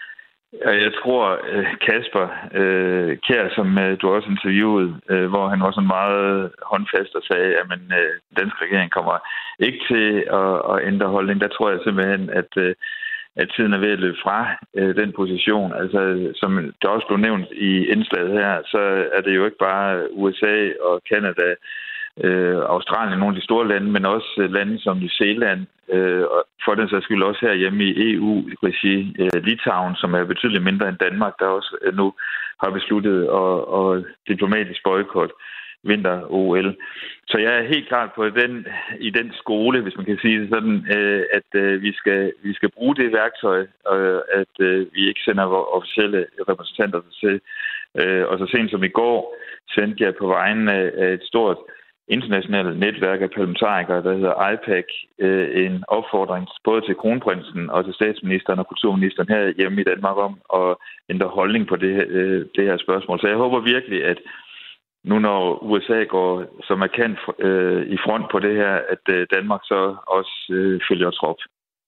jeg tror, uh, Kasper uh, Kjær, som uh, du også interviewede, uh, hvor han var sådan meget håndfast og sagde, at man, uh, den danske regering kommer ikke til at, at ændre holdning. Der tror jeg simpelthen, at uh, at tiden er ved at løbe fra øh, den position. Altså, som der også blev nævnt i indslaget her, så er det jo ikke bare U S A og Canada, øh, Australien, nogle af de store lande, men også lande som New Zealand, øh, og for den sags skyld også herhjemme i E U-regi, øh, Litauen, som er betydeligt mindre end Danmark, der også øh, nu har besluttet at, at diplomatisk boykot vinter-O L. Så jeg er helt klart på den, i den skole, hvis man kan sige det sådan, at vi skal, vi skal bruge det værktøj, og at vi ikke sender vores officielle repræsentanter til. Og så sent som i går sendte jeg på vejen af et stort internationalt netværk af parlamentarikere, der hedder I P A C, en opfordring både til kronprinsen og til statsministeren og kulturministeren her hjemme i Danmark om at ændre holdning på det her, det her spørgsmål. Så jeg håber virkelig, at nu når U S A går så markant øh, i front på det her, at øh, Danmark så også øh, følger trop.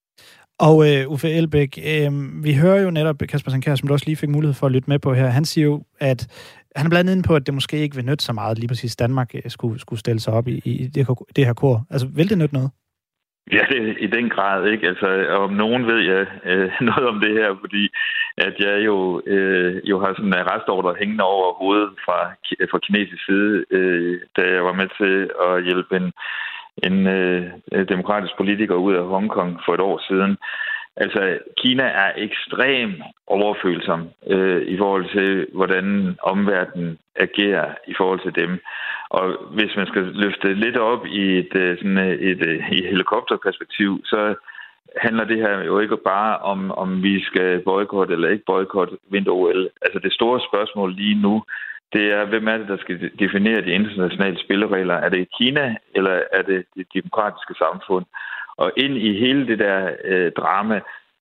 Og øh, Uffe Elbæk, øh, vi hører jo netop Kasper Sankær, som du også lige fik mulighed for at lytte med på her. Han siger jo, at han er blandt andet inde på, at det måske ikke vil nytte så meget, lige præcis Danmark skulle, skulle stille sig op i, i det, det her kor. Altså, vil det nytte noget? Ja, det, i den grad, ikke? Altså, om nogen ved jeg øh, noget om det her, fordi at jeg jo, øh, jo har sådan en arrestordre hængende over hovedet fra, fra kinesisk side, øh, da jeg var med til at hjælpe en, en øh, demokratisk politiker ud af Hongkong for et år siden. Altså, Kina er ekstremt overfølsom øh, i forhold til, hvordan omverdenen agerer i forhold til dem. Og hvis man skal løfte lidt op i et, sådan et, et, et helikopterperspektiv, så handler det her jo ikke bare om, om vi skal boykotte eller ikke boykotte vinter-O L. Altså det store spørgsmål lige nu, det er, hvem er det, der skal definere de internationale spilleregler? Er det Kina, eller er det det demokratiske samfund? Og ind i hele det der øh, drama,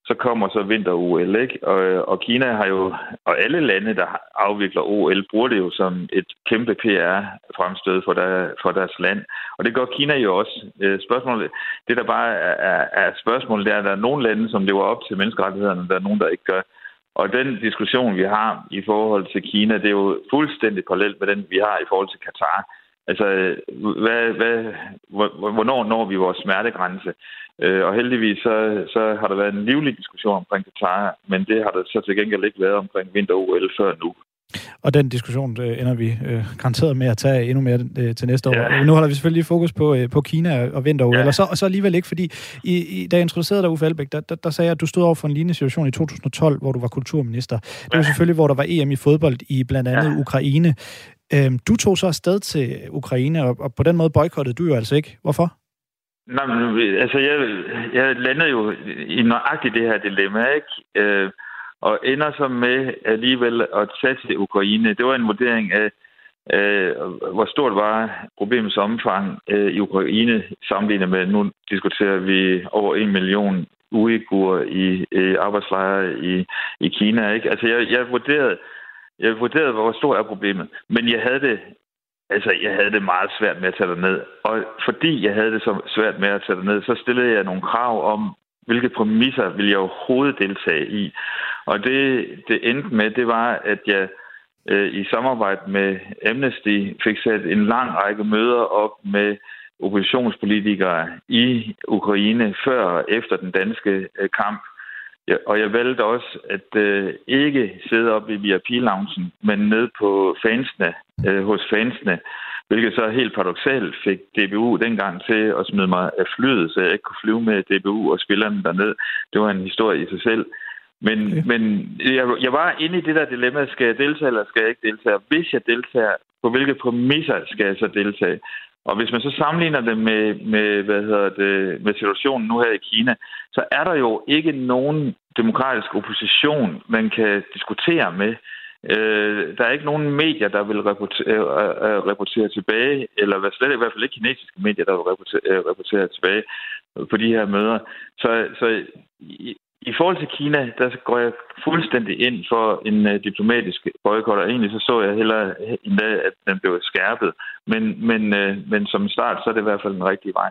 så kommer så vinter-O L, ikke? Og, og Kina har jo, og alle lande, der afvikler O L, bruger det jo som et kæmpe P R-fremstød for, der, for deres land. Og det gør Kina jo også. Spørgsmålet, det der bare er, er spørgsmålet, det er, at der er nogle lande, som lever op til menneskerettighederne, der er nogen, der ikke gør. Og den diskussion, vi har i forhold til Kina, det er jo fuldstændig parallelt med den, vi har i forhold til Katar. Altså, hvad, hvad, hvornår når vi vores smertegrænse? Og heldigvis så, så har der været en livlig diskussion omkring Katar, men det har der så til gengæld ikke været omkring vinter-O L før nu. Og den diskussion øh, ender vi øh, garanteret med at tage endnu mere øh, til næste år. Ja. Nu holder vi selvfølgelig fokus på, øh, på Kina og vinter-O L, ja. og, så, og så alligevel ikke, fordi i, i, da jeg introducerede dig, Uffe Elbæk, der, der, der sagde jeg, at du stod over for en lignende situation i to tusind og tolv, hvor du var kulturminister. Det var ja. selvfølgelig, hvor der var E M i fodbold i blandt andet ja. Ukraine. Øhm, du tog så afsted til Ukraine, og, og på den måde boykottede du jo altså ikke. Hvorfor? Nej, men altså, jeg, jeg landede jo i nøjagtigt det her dilemma, ikke? Øh, og ender så med alligevel at tage til Ukraine. Det var en vurdering af, øh, hvor stort var problemets omfang øh, i Ukraine, sammenlignet med, nu diskuterer vi over en million uigurer i, i arbejdslejre i, i Kina, ikke? Altså, jeg, jeg vurderede, jeg vurderede, hvor stort er problemet, men jeg havde det Altså, jeg havde det meget svært med at tage ned. Og fordi jeg havde det så svært med at tage ned, så stillede jeg nogle krav om, hvilke præmisser ville jeg overhovedet deltage i. Og det, det endte med, det var, at jeg øh, i samarbejde med Amnesty fik sat en lang række møder op med oppositionspolitikere i Ukraine før og efter den danske øh, kamp. Ja, og jeg valgte også at øh, ikke sidde oppe i V I P-loungen, men ned på fansene, øh, hos fansene, hvilket så helt paradoksalt fik D B U dengang til at smide mig af flyet, så jeg ikke kunne flyve med D B U og spillerne derned. Det var en historie i sig selv. Men, okay. men jeg, jeg var inde i det der dilemma, skal jeg deltage eller skal jeg ikke deltage? Hvis jeg deltager, på hvilke præmisser skal jeg så deltage? Og hvis man så sammenligner det med, med, hvad hedder det, med situationen nu her i Kina, så er der jo ikke nogen demokratisk opposition, man kan diskutere med. Øh, der er ikke nogen medier, der vil rapportere, øh, rapportere tilbage, eller hvad slet i hvert fald ikke kinesiske medier, der vil rapportere, øh, rapportere tilbage på de her møder. Så, så i, i forhold til Kina, der går jeg fuldstændig ind for en uh, diplomatisk boykot, og egentlig så så jeg hellere endda, at den blev skærpet. Men, men, uh, men som start, så er det i hvert fald den rigtige vej.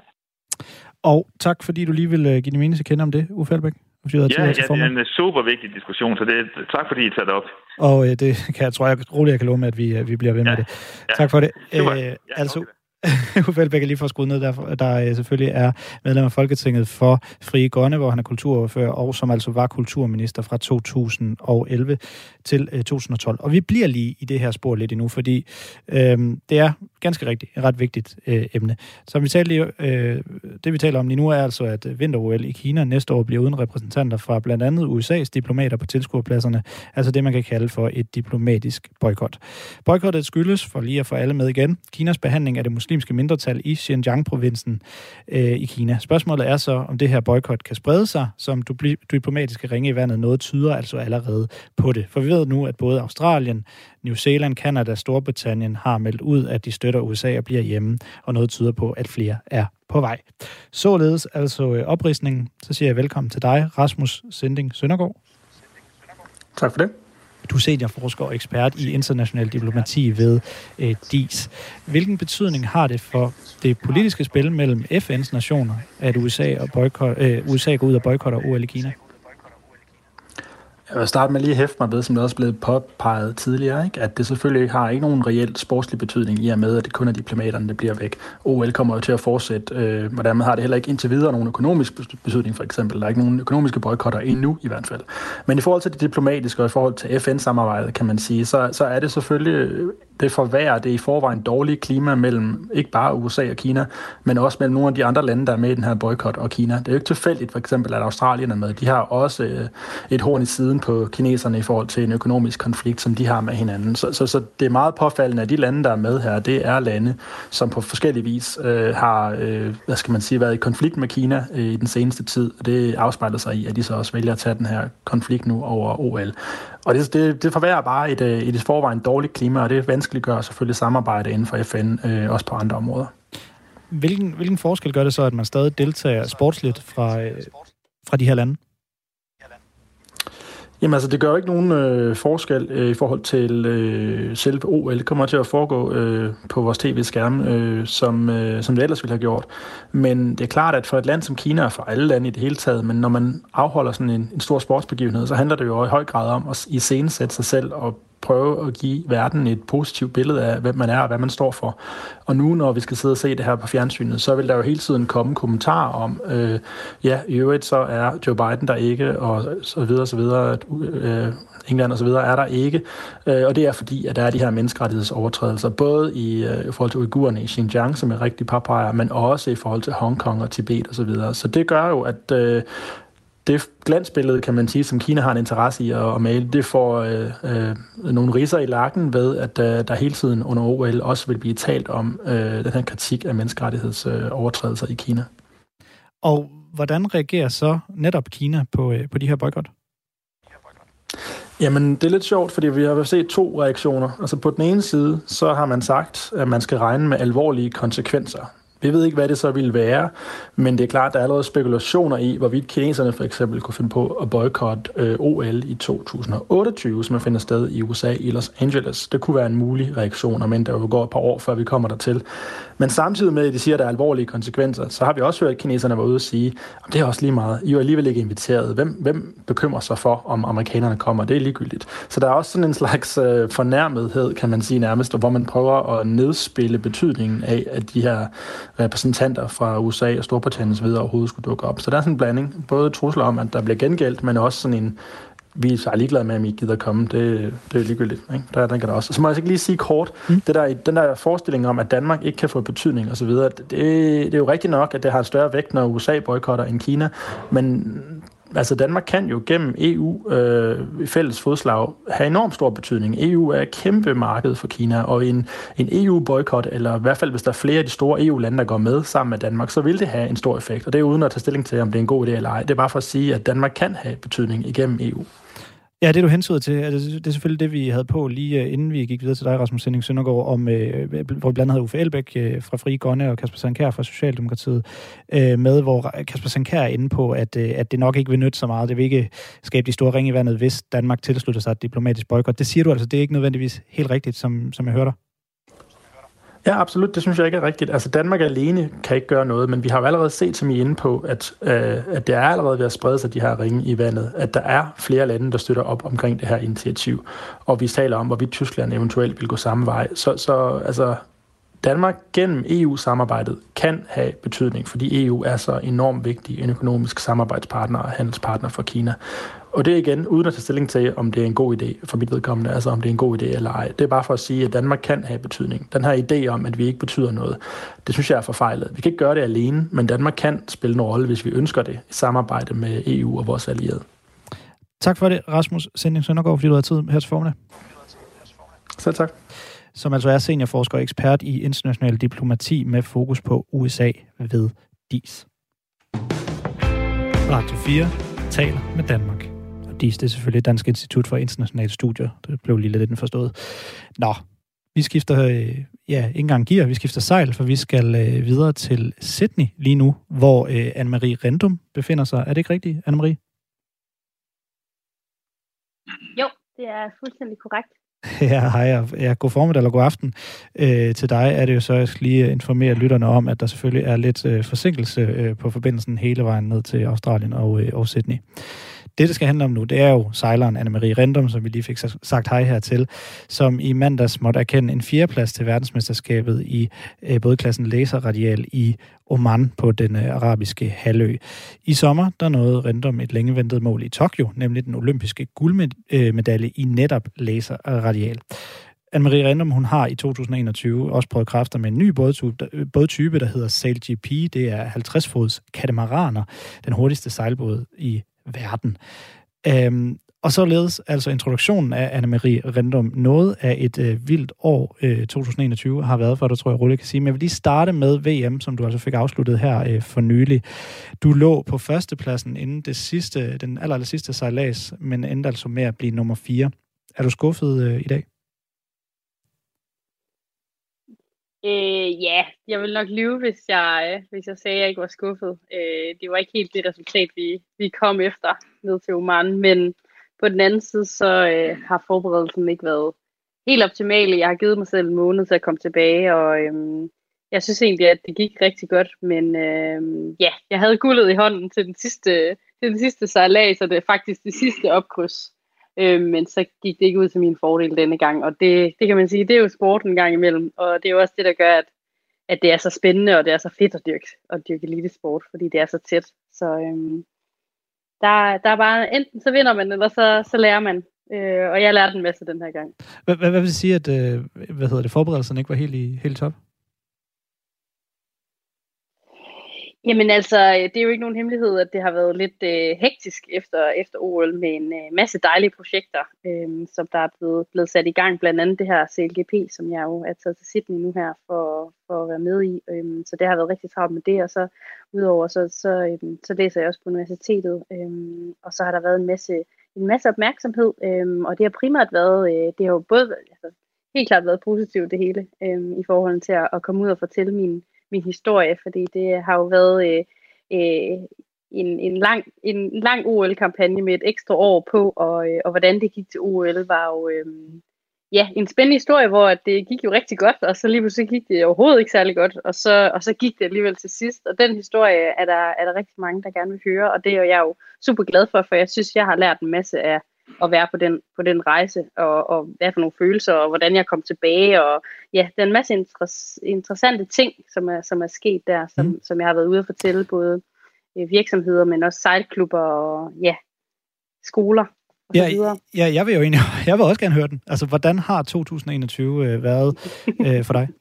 Og tak, fordi du lige vil uh, give din mening til at kende om det, Uffe Elbæk. Ja, ja, det er en super vigtig diskussion, så det, tak fordi I tager det op. Og uh, det kan jeg, tror jeg roligt, jeg kan love med, at vi, uh, vi bliver ved med ja. det. Ja. Tak for det. Super. Uh, ja, altså, okay. Uffe Elbæk er lige for at skrue ned, der, der selvfølgelig er medlem af Folketinget for Frie Grønne, hvor han er kulturordfører, og som altså var kulturminister fra to tusind og elleve til to tusind og tolv. Og vi bliver lige i det her spor lidt endnu, fordi øh, det er ganske rigtigt et ret vigtigt øh, emne. Som vi talte lige, øh, det vi taler om lige nu er altså, at vinter-O L i Kina næste år bliver uden repræsentanter fra blandt andet U S A's diplomater på tilskuerpladserne, altså det man kan kalde for et diplomatisk boykot. Boykottet skyldes, for lige at få alle med igen, Kinas behandling af det muslimske mindretal i Xinjiang-provinsen øh, i Kina. Spørgsmålet er så, om det her boykot kan sprede sig, som diplomatiske ringe i vandet. Noget tyder altså allerede på det. For vi ved nu, at både Australien, New Zealand, Canada og Storbritannien har meldt ud, at de støtter U S A og bliver hjemme, og noget tyder på, at flere er på vej. Således altså opridsningen. Så siger jeg velkommen til dig, Rasmus Sinding Søndergaard. Tak for det. Du er seniorforsker og ekspert i international diplomati ved øh, D I S. Hvilken betydning har det for det politiske spil mellem F N's nationer, at U S A, og boykot, øh, U S A går ud og boykotter O L i Kina? Jeg vil starte med lige at hæfte mig ved, som det også er blevet påpeget tidligere, ikke? At det selvfølgelig ikke har ikke nogen reelt sportslig betydning i og med, at det kun er diplomaterne, der bliver væk. O L kommer jo til at fortsætte, øh, og dermed har det heller ikke indtil videre nogen økonomisk betydning, for eksempel. Der er ikke nogen økonomiske boykotter endnu, i hvert fald. Men i forhold til det diplomatiske og i forhold til F N-samarbejdet, kan man sige, så, så er det selvfølgelig, det forværrer det i forvejen dårlige klima mellem ikke bare U S A og Kina, men også mellem nogle af de andre lande, der er med i den her boykot og Kina. Det er jo ikke tilfældigt, for eksempel, at Australien er med. De har også øh, et horn i siden på kineserne i forhold til en økonomisk konflikt, som de har med hinanden. Så, så, så det er meget påfaldende, at de lande, der er med her, det er lande, som på forskellige vis øh, har, øh, hvad skal man sige, været i konflikt med Kina øh, i den seneste tid, og det afspejler sig i, at de så også vælger at tage den her konflikt nu over O L. Og det, det, det forværrer bare et, et forvejen dårligt klima, og det vanskeliggør selvfølgelig samarbejde inden for F N, øh, også på andre områder. Hvilken, hvilken forskel gør det så, at man stadig deltager sportsligt fra, øh, fra de her lande? Jamen altså, det gør jo ikke nogen øh, forskel øh, i forhold til øh, selve O L. Det kommer til at foregå øh, på vores tv-skærm, øh, som, øh, som det ellers ville have gjort. Men det er klart, at for et land som Kina, og for alle lande i det hele taget, men når man afholder sådan en, en stor sportsbegivenhed, så handler det jo i høj grad om at iscenesætte sig selv og prøve at give verden et positivt billede af, hvem man er og hvad man står for. Og nu, når vi skal sidde og se det her på fjernsynet, så vil der jo hele tiden komme kommentarer om, øh, ja, i øvrigt så er Joe Biden der ikke, og så videre, så videre, at øh, England og så videre er der ikke. Øh, og det er fordi, at der er de her menneskerettighedsovertrædelser, både i, øh, i forhold til uigurerne i Xinjiang, som er rigtig påpeger, men også i forhold til Hongkong og Tibet og så videre. Så det gør jo, at øh, det glansbillede, kan man sige, som Kina har en interesse i at, at male, det får øh, øh, nogle ridser i lakken ved, at øh, der hele tiden under O L også vil blive talt om øh, den her kritik af menneskerettighedsovertrædelser øh, i Kina. Og hvordan reagerer så netop Kina på, øh, på de her boykot? Jamen, det er lidt sjovt, fordi vi har set to reaktioner. Altså på den ene side, så har man sagt, at man skal regne med alvorlige konsekvenser. Vi ved ikke, hvad det så ville være, men det er klart, at der er allerede spekulationer i, hvorvidt kineserne for eksempel kunne finde på at boykotte øh, O L i to tusind og otteogtyve, som finder sted i U S A i Los Angeles. Det kunne være en mulig reaktion, men der jo går et par år, før vi kommer dertil. Men samtidig med, at de siger, at der er alvorlige konsekvenser, så har vi også hørt, at kineserne var ude og sige, at det er også lige meget. I er alligevel ikke inviteret. Hvem, hvem bekymrer sig for, om amerikanerne kommer? Det er ligegyldigt. Så der er også sådan en slags øh, fornærmethed, kan man sige nærmest, hvor man prøver at nedspille betydningen af, at de her repræsentanter fra U S A og Storbritannien videre overhovedet skulle dukke op. Så der er sådan en blanding. Både trusler om, at der bliver gengældt, men også sådan en, vi er ligeglade med, om I gider komme. Det, det er ligegyldigt. Ikke? Der, den kan der også. Så må jeg ikke lige sige kort, mm. det der, den der forestilling om, at Danmark ikke kan få betydning osv., det, det er jo rigtigt nok, at det har en større vægt, når U S A boykotter end Kina, men altså Danmark kan jo gennem E U øh, i fælles fodslag have enormt stor betydning. E U er et kæmpe marked for Kina, og en, en E U-boykot, eller i hvert fald hvis der er flere af de store E U-lande, der går med sammen med Danmark, så vil det have en stor effekt. Og det er uden at tage stilling til, om det er en god idé eller ej. Det er bare for at sige, at Danmark kan have betydning igennem E U. Ja, det er du hensyder til. Det er selvfølgelig det, vi havde på lige inden vi gik videre til dig, Rasmus Sinding Søndergaard, om, øh, hvor vi blandt andet havde Uffe Elbæk øh, fra Frie Grønne og Kasper Sandkjær fra Socialdemokratiet øh, med, hvor Kasper Sandkjær er inde på, at, øh, at det nok ikke vil nytte så meget. Det vil ikke skabe de store ringe i vandet, hvis Danmark tilslutter sig et diplomatisk boykot. Det siger du altså, det er ikke nødvendigvis helt rigtigt, som, som jeg hørte dig. Ja, absolut. Det synes jeg ikke er rigtigt. Altså Danmark alene kan ikke gøre noget, men vi har jo allerede set, som I er inde på, at, øh, at det er allerede ved at sprede sig de her ringe i vandet, at der er flere lande, der støtter op omkring det her initiativ, og vi taler om, hvorvidt Tyskland eventuelt vil gå samme vej. Så, så altså, Danmark gennem E U-samarbejdet kan have betydning, fordi E U er så enormt vigtig en økonomisk samarbejdspartner og handelspartner for Kina. Og det er igen, uden at tage stilling til, om det er en god idé for mit vedkommende, altså om det er en god idé eller ej. Det er bare for at sige, at Danmark kan have betydning. Den her idé om, at vi ikke betyder noget, det synes jeg er forfejlet. Vi kan ikke gøre det alene, men Danmark kan spille en rolle, hvis vi ønsker det, i samarbejde med E U og vores allierede. Tak for det, Rasmus Sinding Søndergaard, fordi du har tid her til formiddag. Selv tak. Som altså er seniorforsker og ekspert i international diplomati med fokus på U S A ved D I S. Radio fire taler med Danmark. Og D I S, det er selvfølgelig Dansk Institut for Internationale Studier. Det blev lige lidt forstået. Nå, vi skifter, ja, ikke engang gear, vi skifter sejl, for vi skal videre til Sydney lige nu, hvor Anne-Marie Rendum befinder sig. Er det ikke rigtigt, Anne-Marie? Jo, det er fuldstændig korrekt. Ja, hej, og ja, god formiddag eller god aften. Øh, til dig er det jo så, jeg skal lige informere lytterne om, at der selvfølgelig er lidt øh, forsinkelse øh, på forbindelsen hele vejen ned til Australien og, øh, og Sydney. Det, det skal handle om nu, det er jo sejleren Anne-Marie Rendum, som vi lige fik sagt hej hertil, som i mandags måtte erkende en fjerdeplads til verdensmesterskabet i øh, bådklassen laserradial i Oman på den øh, arabiske halvø. I sommer, der nåede Rendum et længe ventet mål i Tokyo, nemlig den olympiske guldmedalje i netop laserradial. Anne-Marie Rendum, hun har i to tusind og enogtyve også prøvet kræfter med en ny bådtype, der hedder Sail G P. Det er halvtreds fods katamaraner, den hurtigste sejlbåd i verden. Øhm, og således altså introduktionen af Anne-Marie Rendum. Noget af et øh, vildt år øh, to tusind og enogtyve har været for, det tror jeg roligt kan sige. Men jeg vil lige starte med V M, som du altså fik afsluttet her øh, for nylig. Du lå på førstepladsen inden det sidste, den aller, aller sidste sejlads, men endte altså med at blive nummer fire. Er du skuffet øh, i dag? Øh, ja, jeg vil nok lyve, hvis jeg, hvis jeg sagde, at jeg ikke var skuffet. Øh, det var ikke helt det resultat, vi, vi kom efter ned til Oman, men på den anden side, så øh, har forberedelsen ikke været helt optimale. Jeg har givet mig selv en måned til at komme tilbage, og øhm, jeg synes egentlig, at det gik rigtig godt. Men øhm, ja, jeg havde guldet i hånden til den sidste, til den sidste sejlads, og det er faktisk det sidste opkryds. Øhm, men så gik det ikke ud til min fordel denne gang, og det, det kan man sige, det er jo sport en gang imellem, og det er jo også det, der gør, at, at det er så spændende, og det er så fedt at dyrke, at dyrke elitesport, fordi det er så tæt. Så øhm, der, der er bare, enten så vinder man, eller så, så lærer man. Øh, og jeg lærte en masse den her gang. Hvad, hvad vil det sige, at øh, hvad hedder det, forberedelserne ikke var helt i helt top? Jamen altså, det er jo ikke nogen hemmelighed, at det har været lidt øh, hektisk efter, efter O L med en øh, masse dejlige projekter, øh, som der er blevet, blevet sat i gang. Blandt andet det her C L G P, som jeg jo er taget til Sydney nu her for, for at være med i. Øh, så det har været rigtig travlt med det, og så udover så, så, øh, så læser jeg også på universitetet. Øh, og så har der været en masse, en masse opmærksomhed, øh, og det har primært været, øh, det har jo både altså, helt klart været positivt det hele, øh, i forhold til at, at komme ud og fortælle min min historie, fordi det har jo været øh, øh, en, en, lang, en lang O L-kampagne med et ekstra år på, og, øh, og hvordan det gik til O L var jo øh, ja, en spændende historie, hvor det gik jo rigtig godt, og så lige pludselig gik det overhovedet ikke særlig godt, og så, og så gik det alligevel til sidst, og den historie er der, er der rigtig mange, der gerne vil høre, og det er jeg jo super glad for, for jeg synes, jeg har lært en masse af at være på den, på den rejse, og, og hvad for nogle følelser, og hvordan jeg kom tilbage, og ja, der er en masse inter- interessante ting, som er, som er sket der, som, mm. som jeg har været ude at fortælle, både øh, virksomheder, men også sejlklubber, og ja, skoler, og ja, så videre. Ja, jeg vil jo egentlig, jeg vil også gerne høre den. Altså, hvordan har to tusind og enogtyve øh, været øh, for dig?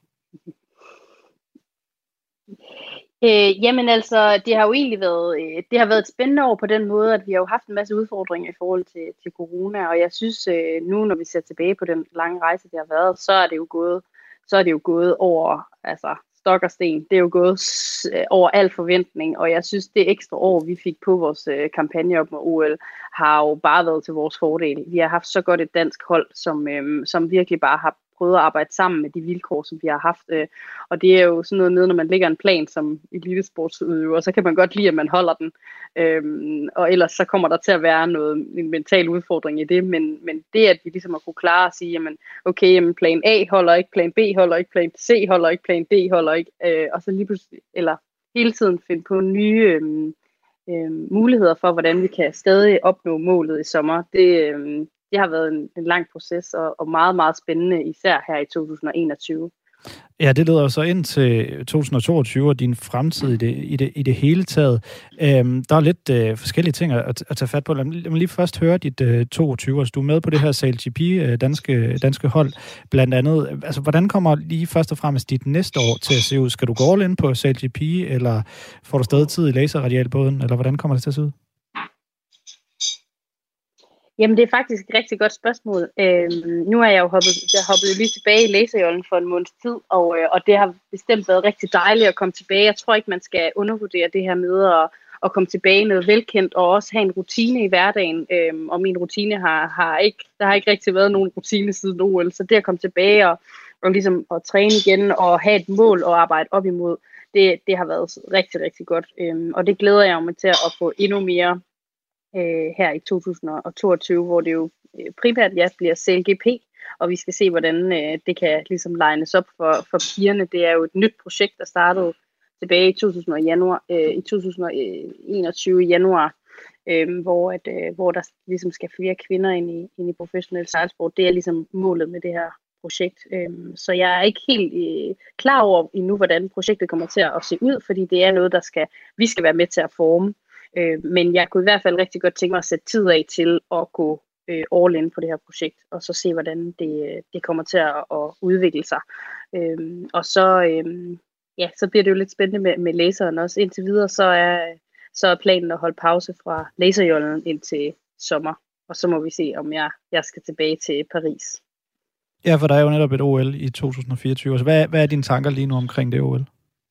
Øh, jamen altså, det har jo egentlig været, øh, det har været et spændende år på den måde, at vi har jo haft en masse udfordringer i forhold til, til corona, og jeg synes øh, nu, når vi ser tilbage på den lange rejse, det har været, så er det jo gået, så er det jo gået over, altså stok og sten, det er jo gået øh, over al forventning, og jeg synes, det ekstra år, vi fik på vores øh, kampagne op med O L, har jo bare været til vores fordel. Vi har haft så godt et dansk hold, som, øh, som virkelig bare har prøvet at arbejde sammen med de vilkår, som vi har haft. Øh, og det er jo sådan noget med, når man lægger en plan som elitesportsudøver, så kan man godt lide, at man holder den. Øhm, og ellers så kommer der til at være noget, en mental udfordring i det. Men, men det, at vi ligesom har kunne klare at sige, jamen, okay, jamen, plan A holder ikke, plan B holder ikke, plan C holder ikke, plan D holder ikke. Øh, og så lige pludselig, eller hele tiden finde på nye øh, øh, muligheder for, hvordan vi kan stadig opnå målet i sommer. Det øh, Det har været en, en lang proces, og, og meget, meget spændende, især her i to tusind og enogtyve. Ja, det leder jo så ind til to tusind og toogtyve og din fremtid i det, i det, i det hele taget. Øhm, der er lidt øh, forskellige ting at, at tage fat på. Lad mig, lad mig lige først høre dit øh, toogtyve. Altså, du er med på det her C L G P øh, danske, danske hold, blandt andet. Altså, hvordan kommer lige først og fremmest dit næste år til at se ud? Skal du gå all in på C L G P, eller får du stadig tid i laserradialbåden, eller hvordan kommer det til at se ud? Jamen, det er faktisk et rigtig godt spørgsmål. Øhm, nu er jeg jo hoppet, jeg hoppet lige tilbage i laserjollen for en måneds tid, og, øh, og det har bestemt været rigtig dejligt at komme tilbage. Jeg tror ikke, man skal undervurdere det her med at, at komme tilbage i noget velkendt, og også have en rutine i hverdagen. Øhm, og min rutine har, har ikke, der har ikke rigtig været nogen rutine siden O L, så det at komme tilbage og, og ligesom at træne igen, og have et mål og arbejde op imod, det, det har været rigtig, rigtig godt. Øhm, og det glæder jeg mig til at få endnu mere her i to tusind og toogtyve, hvor det jo primært ja, bliver C L G P, og vi skal se, hvordan øh, det kan ligesom lines op for, for pigerne. Det er jo et nyt projekt, der startede tilbage i to tusind og januar, øh, i to tusind og enogtyve i januar, øh, hvor, at, øh, hvor der ligesom skal flere kvinder ind i, ind i professionel sejlsport. Det er ligesom målet med det her projekt. Øh, så jeg er ikke helt øh, klar over endnu, hvordan projektet kommer til at se ud, fordi det er noget, der skal, vi skal være med til at forme. Men jeg kunne i hvert fald rigtig godt tænke mig at sætte tid af til at gå øh, all in på det her projekt, og så se, hvordan det, det kommer til at, at udvikle sig. Øhm, og så, øhm, ja, så bliver det jo lidt spændende med, med laseren også. Indtil videre, så er, så er planen at holde pause fra laserjollen indtil sommer, og så må vi se, om jeg, jeg skal tilbage til Paris. Ja, for der er jo netop et O L i to tusind og fireogtyve. Så hvad, hvad er dine tanker lige nu omkring det O L?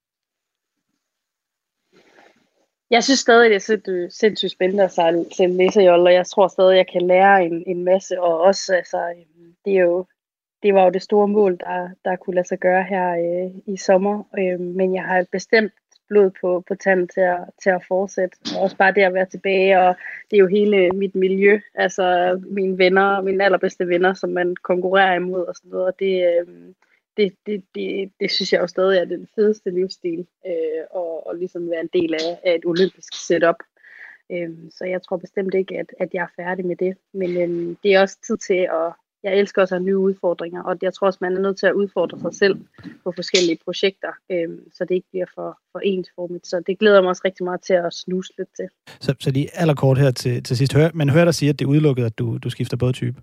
Jeg synes stadig, det er sindssygt spændende at sejle til en laserjolle, og jeg tror stadig, jeg kan lære en, en masse, og også, altså, det, er jo, det var jo det store mål, der, der kunne lade sig gøre her øh, i sommer, øh, men jeg har bestemt blod på, på tanden til at, til at fortsætte. Og også bare det at være tilbage, og det er jo hele mit miljø, altså mine venner, mine allerbedste venner, som man konkurrerer imod og sådan noget, og det, det, det, det, det synes jeg jo stadig er den fedeste livsstil, øh, og, og ligesom være en del af, af et olympisk setup. Øh, så jeg tror bestemt ikke, at, at jeg er færdig med det, men øh, det er også tid til at Jeg elsker også at have nye udfordringer, og jeg tror også, man er nødt til at udfordre sig selv på forskellige projekter, øhm, så det ikke bliver for, for ensformigt. Så det glæder mig også rigtig meget til at snuse lidt til. Så, så lige allerkort her til, til sidst. Hør, men hør dig sige, at det er udelukket, at du, du skifter bådtype?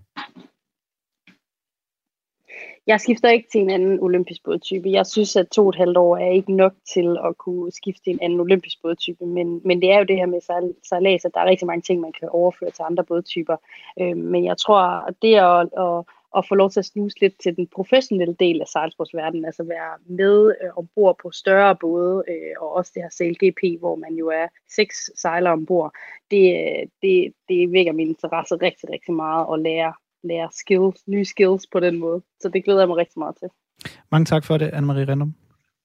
Jeg skifter ikke til en anden olympisk bådtype. Jeg synes, at to og et halvt år er ikke nok til at kunne skifte til en anden olympisk bådtype, men, men det er jo det her med sejlads, at der er rigtig mange ting, man kan overføre til andre bådtyper. Øh, men jeg tror, at det at, at, at få lov til at snuse lidt til den professionelle del af sejlsportsverdenen, altså være med øh, ombord på større både, øh, og også det her Sail G P, hvor man jo er seks sejlere ombord, det, det, det vækker min interesse rigtig, rigtig meget at lære lære skills, nye skills på den måde. Så det glæder jeg mig rigtig meget til. Mange tak for det, Anne-Marie Rindum.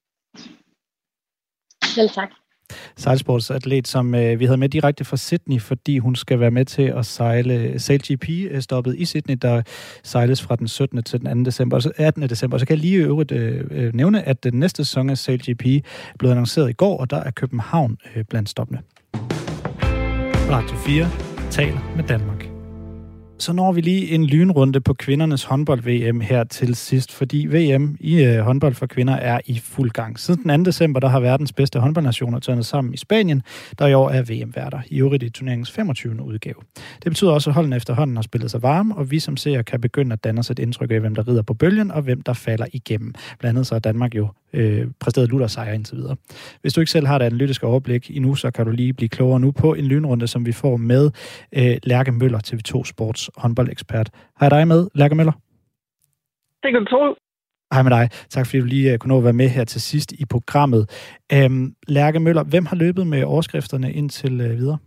Selv tak. Sejlsportsatlet, som øh, vi havde med direkte fra Sydney, fordi hun skal være med til at sejle Sail G P-stoppet i Sydney, der sejles fra den syttende til den anden december, altså attende december. Så kan jeg lige i øvrigt øh, nævne, at den næste sæson af Sail G P blev annonceret i går, og der er København øh, blandt stoppene. Radio fire taler med Danmark. Så når vi lige en lynrunde på kvindernes håndbold-V M her til sidst, fordi V M i øh, håndbold for kvinder er i fuld gang. Siden den anden december, der har verdens bedste håndboldnationer taget sammen i Spanien, der i år er V M-værter, i øvrigt i turneringens femogtyvende udgave. Det betyder også, at holdene efterhånden har spillet sig varme, og vi som seere kan begynde at danne os et indtryk af, hvem der rider på bølgen, og hvem der falder igennem. Blandt andet så er Danmark jo øh, præsteret lutter-sejre indtil videre. Hvis du ikke selv har det analytiske overblik endnu, så kan du lige blive klogere nu på en lynrunde, som vi får med øh, Lærke Møller, T V to Sports håndboldekspert. Hej dig med, Lærke Møller. Det kan du tro. Hej med dig. Tak fordi du lige uh, kunne nå at være med her til sidst i programmet. Um, Lærke Møller, hvem har løbet med overskrifterne indtil uh, videre?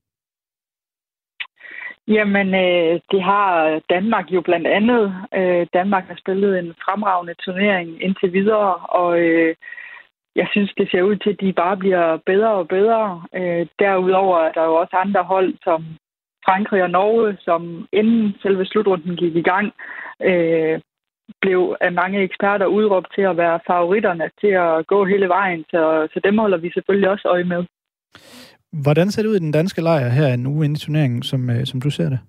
Jamen, øh, det har Danmark jo blandt andet. Øh, Danmark har spillet en fremragende turnering indtil videre, og øh, jeg synes, det ser ud til, at de bare bliver bedre og bedre. Øh, derudover er der jo også andre hold, som Frankrig og Norge, som inden selve slutrunden gik i gang, øh, blev af mange eksperter udråbt til at være favoritterne til at gå hele vejen. Så, så dem holder vi selvfølgelig også øje med. Hvordan ser det ud i den danske lejr her en uge inde i turneringen, som, øh, som du ser det?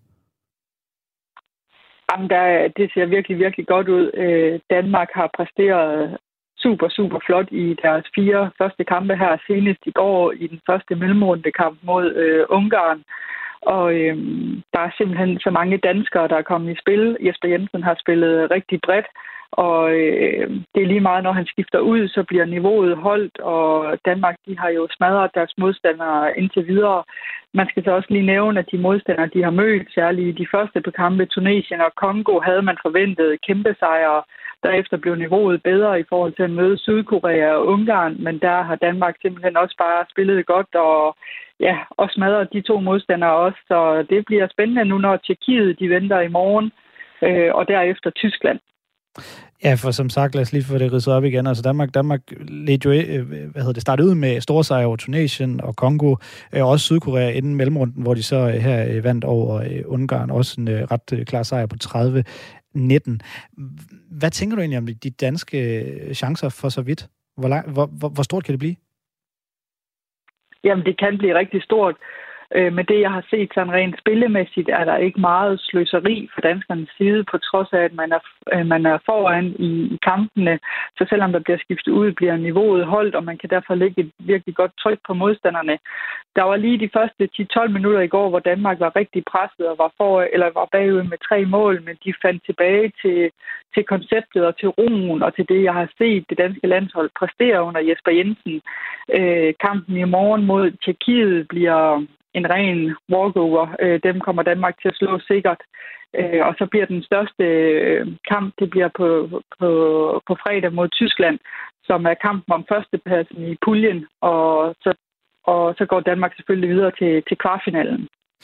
Jamen, der, det ser virkelig, virkelig godt ud. Øh, Danmark har præsteret super, super flot i deres fire første kampe her, senest i går i den første mellemrundekamp mod øh, Ungarn. Og øh, der er simpelthen så mange danskere, der er kommet i spil. Jesper Jensen har spillet rigtig bredt, og øh, det er lige meget, når han skifter ud, så bliver niveauet holdt, og Danmark, de har jo smadret deres modstandere indtil videre. Man skal så også lige nævne, at de modstandere, de har mødt, særligt i de første på kampe, Tunesien og Kongo, havde man forventet kæmpe sejre. Derefter blev niveauet bedre i forhold til at møde Sydkorea og Ungarn, men der har Danmark simpelthen også bare spillet godt og ja, og smadret de to modstandere også. Så det bliver spændende nu, når Tjekkiet de venter i morgen, øh, og derefter Tyskland. Ja, for som sagt, lad os lige få det ridset op igen. Altså Danmark, Danmark ledte jo, hvad hedder det, startede ud med store sejre over Tunesien og Kongo, og også Sydkorea inden mellemrunden, hvor de så her vandt over Ungarn, også en ret klar sejr på tredive nitten. Hvad tænker du egentlig om de danske chancer for så vidt? Hvor, lang, hvor, hvor, hvor stort kan det blive? Jamen, det kan blive rigtig stort. Med det, jeg har set sådan rent spillemæssigt, er der ikke meget sløseri fra danskernes side, på trods af, at man er, man er foran i, i kampene. Så selvom der bliver skiftet ud, bliver niveauet holdt, og man kan derfor lægge et virkelig godt tryk på modstanderne. Der var lige de første ti til tolv minutter i går, hvor Danmark var rigtig presset og var, for, eller var bagud med tre mål, men de fandt tilbage til, til konceptet og til roen og til det, jeg har set det danske landshold præstere under Jesper Jensen. Øh, kampen i morgen mod Tjekkiet bliver en ren walkover. Dem kommer Danmark til at slå sikkert. Og så bliver den største kamp, det bliver på, på, på fredag mod Tyskland, som er kampen om førstepladsen i puljen. Og så, og så går Danmark selvfølgelig videre til, til kvartfinalen.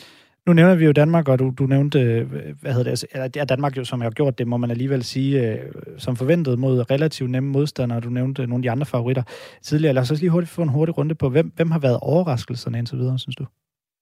Nu nævner vi jo Danmark, og du, du nævnte, hvad hedder det, altså, er Danmark jo, som jeg har gjort det, må man alligevel sige, som forventet mod relativt nemme modstandere. Du nævnte nogle af de andre favoritter tidligere. Lad os også lige hurtigt få en hurtig runde på, hvem, hvem har været overraskelserne indtil videre, synes du?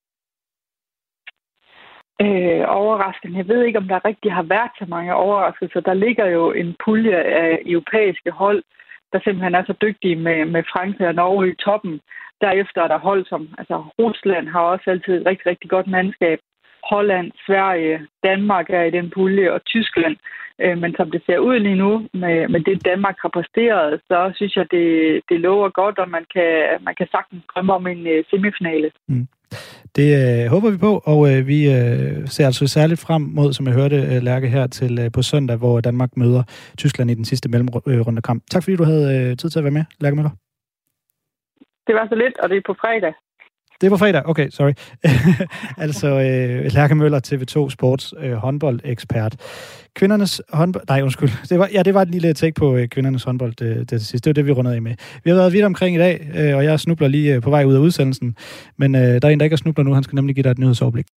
Øh, overraskende. Jeg ved ikke, om der rigtig har været så mange overraskelser. Der ligger jo en pulje af europæiske hold, der simpelthen er så dygtige med, med Frankrig og Norge i toppen. Derefter er der hold som, altså Rusland har også altid et rigtig, rigtig godt mandskab. Holland, Sverige, Danmark er i den pulje, og Tyskland. Øh, men som det ser ud lige nu, med, med det Danmark har præsteret, så synes jeg, det, det lover godt, og man kan, man kan sagtens drømme om en uh, semifinale. Mm. Det øh, håber vi på, og øh, vi øh, ser altså særligt frem mod, som jeg hørte, øh, Lærke, her til øh, på søndag, hvor Danmark møder Tyskland i den sidste mellemrundekamp. Tak fordi du havde øh, tid til at være med, Lærke Møller. Det var så lidt, og det er på fredag. Det er på fredag? Okay, sorry. altså, øh, Lærke Møller, T V to Sports øh, håndboldekspert. Kvindernes håndbold... Nej, undskyld. Det var, ja, det var et lille take på øh, kvindernes håndbold det, det, det sidste. Det var det, vi rundede af med. Vi har været vidt omkring i dag, øh, og jeg snubler lige øh, på vej ud af udsendelsen. Men øh, der er en, der ikke er snubler nu. Han skal nemlig give dig et nyhedsoverblik.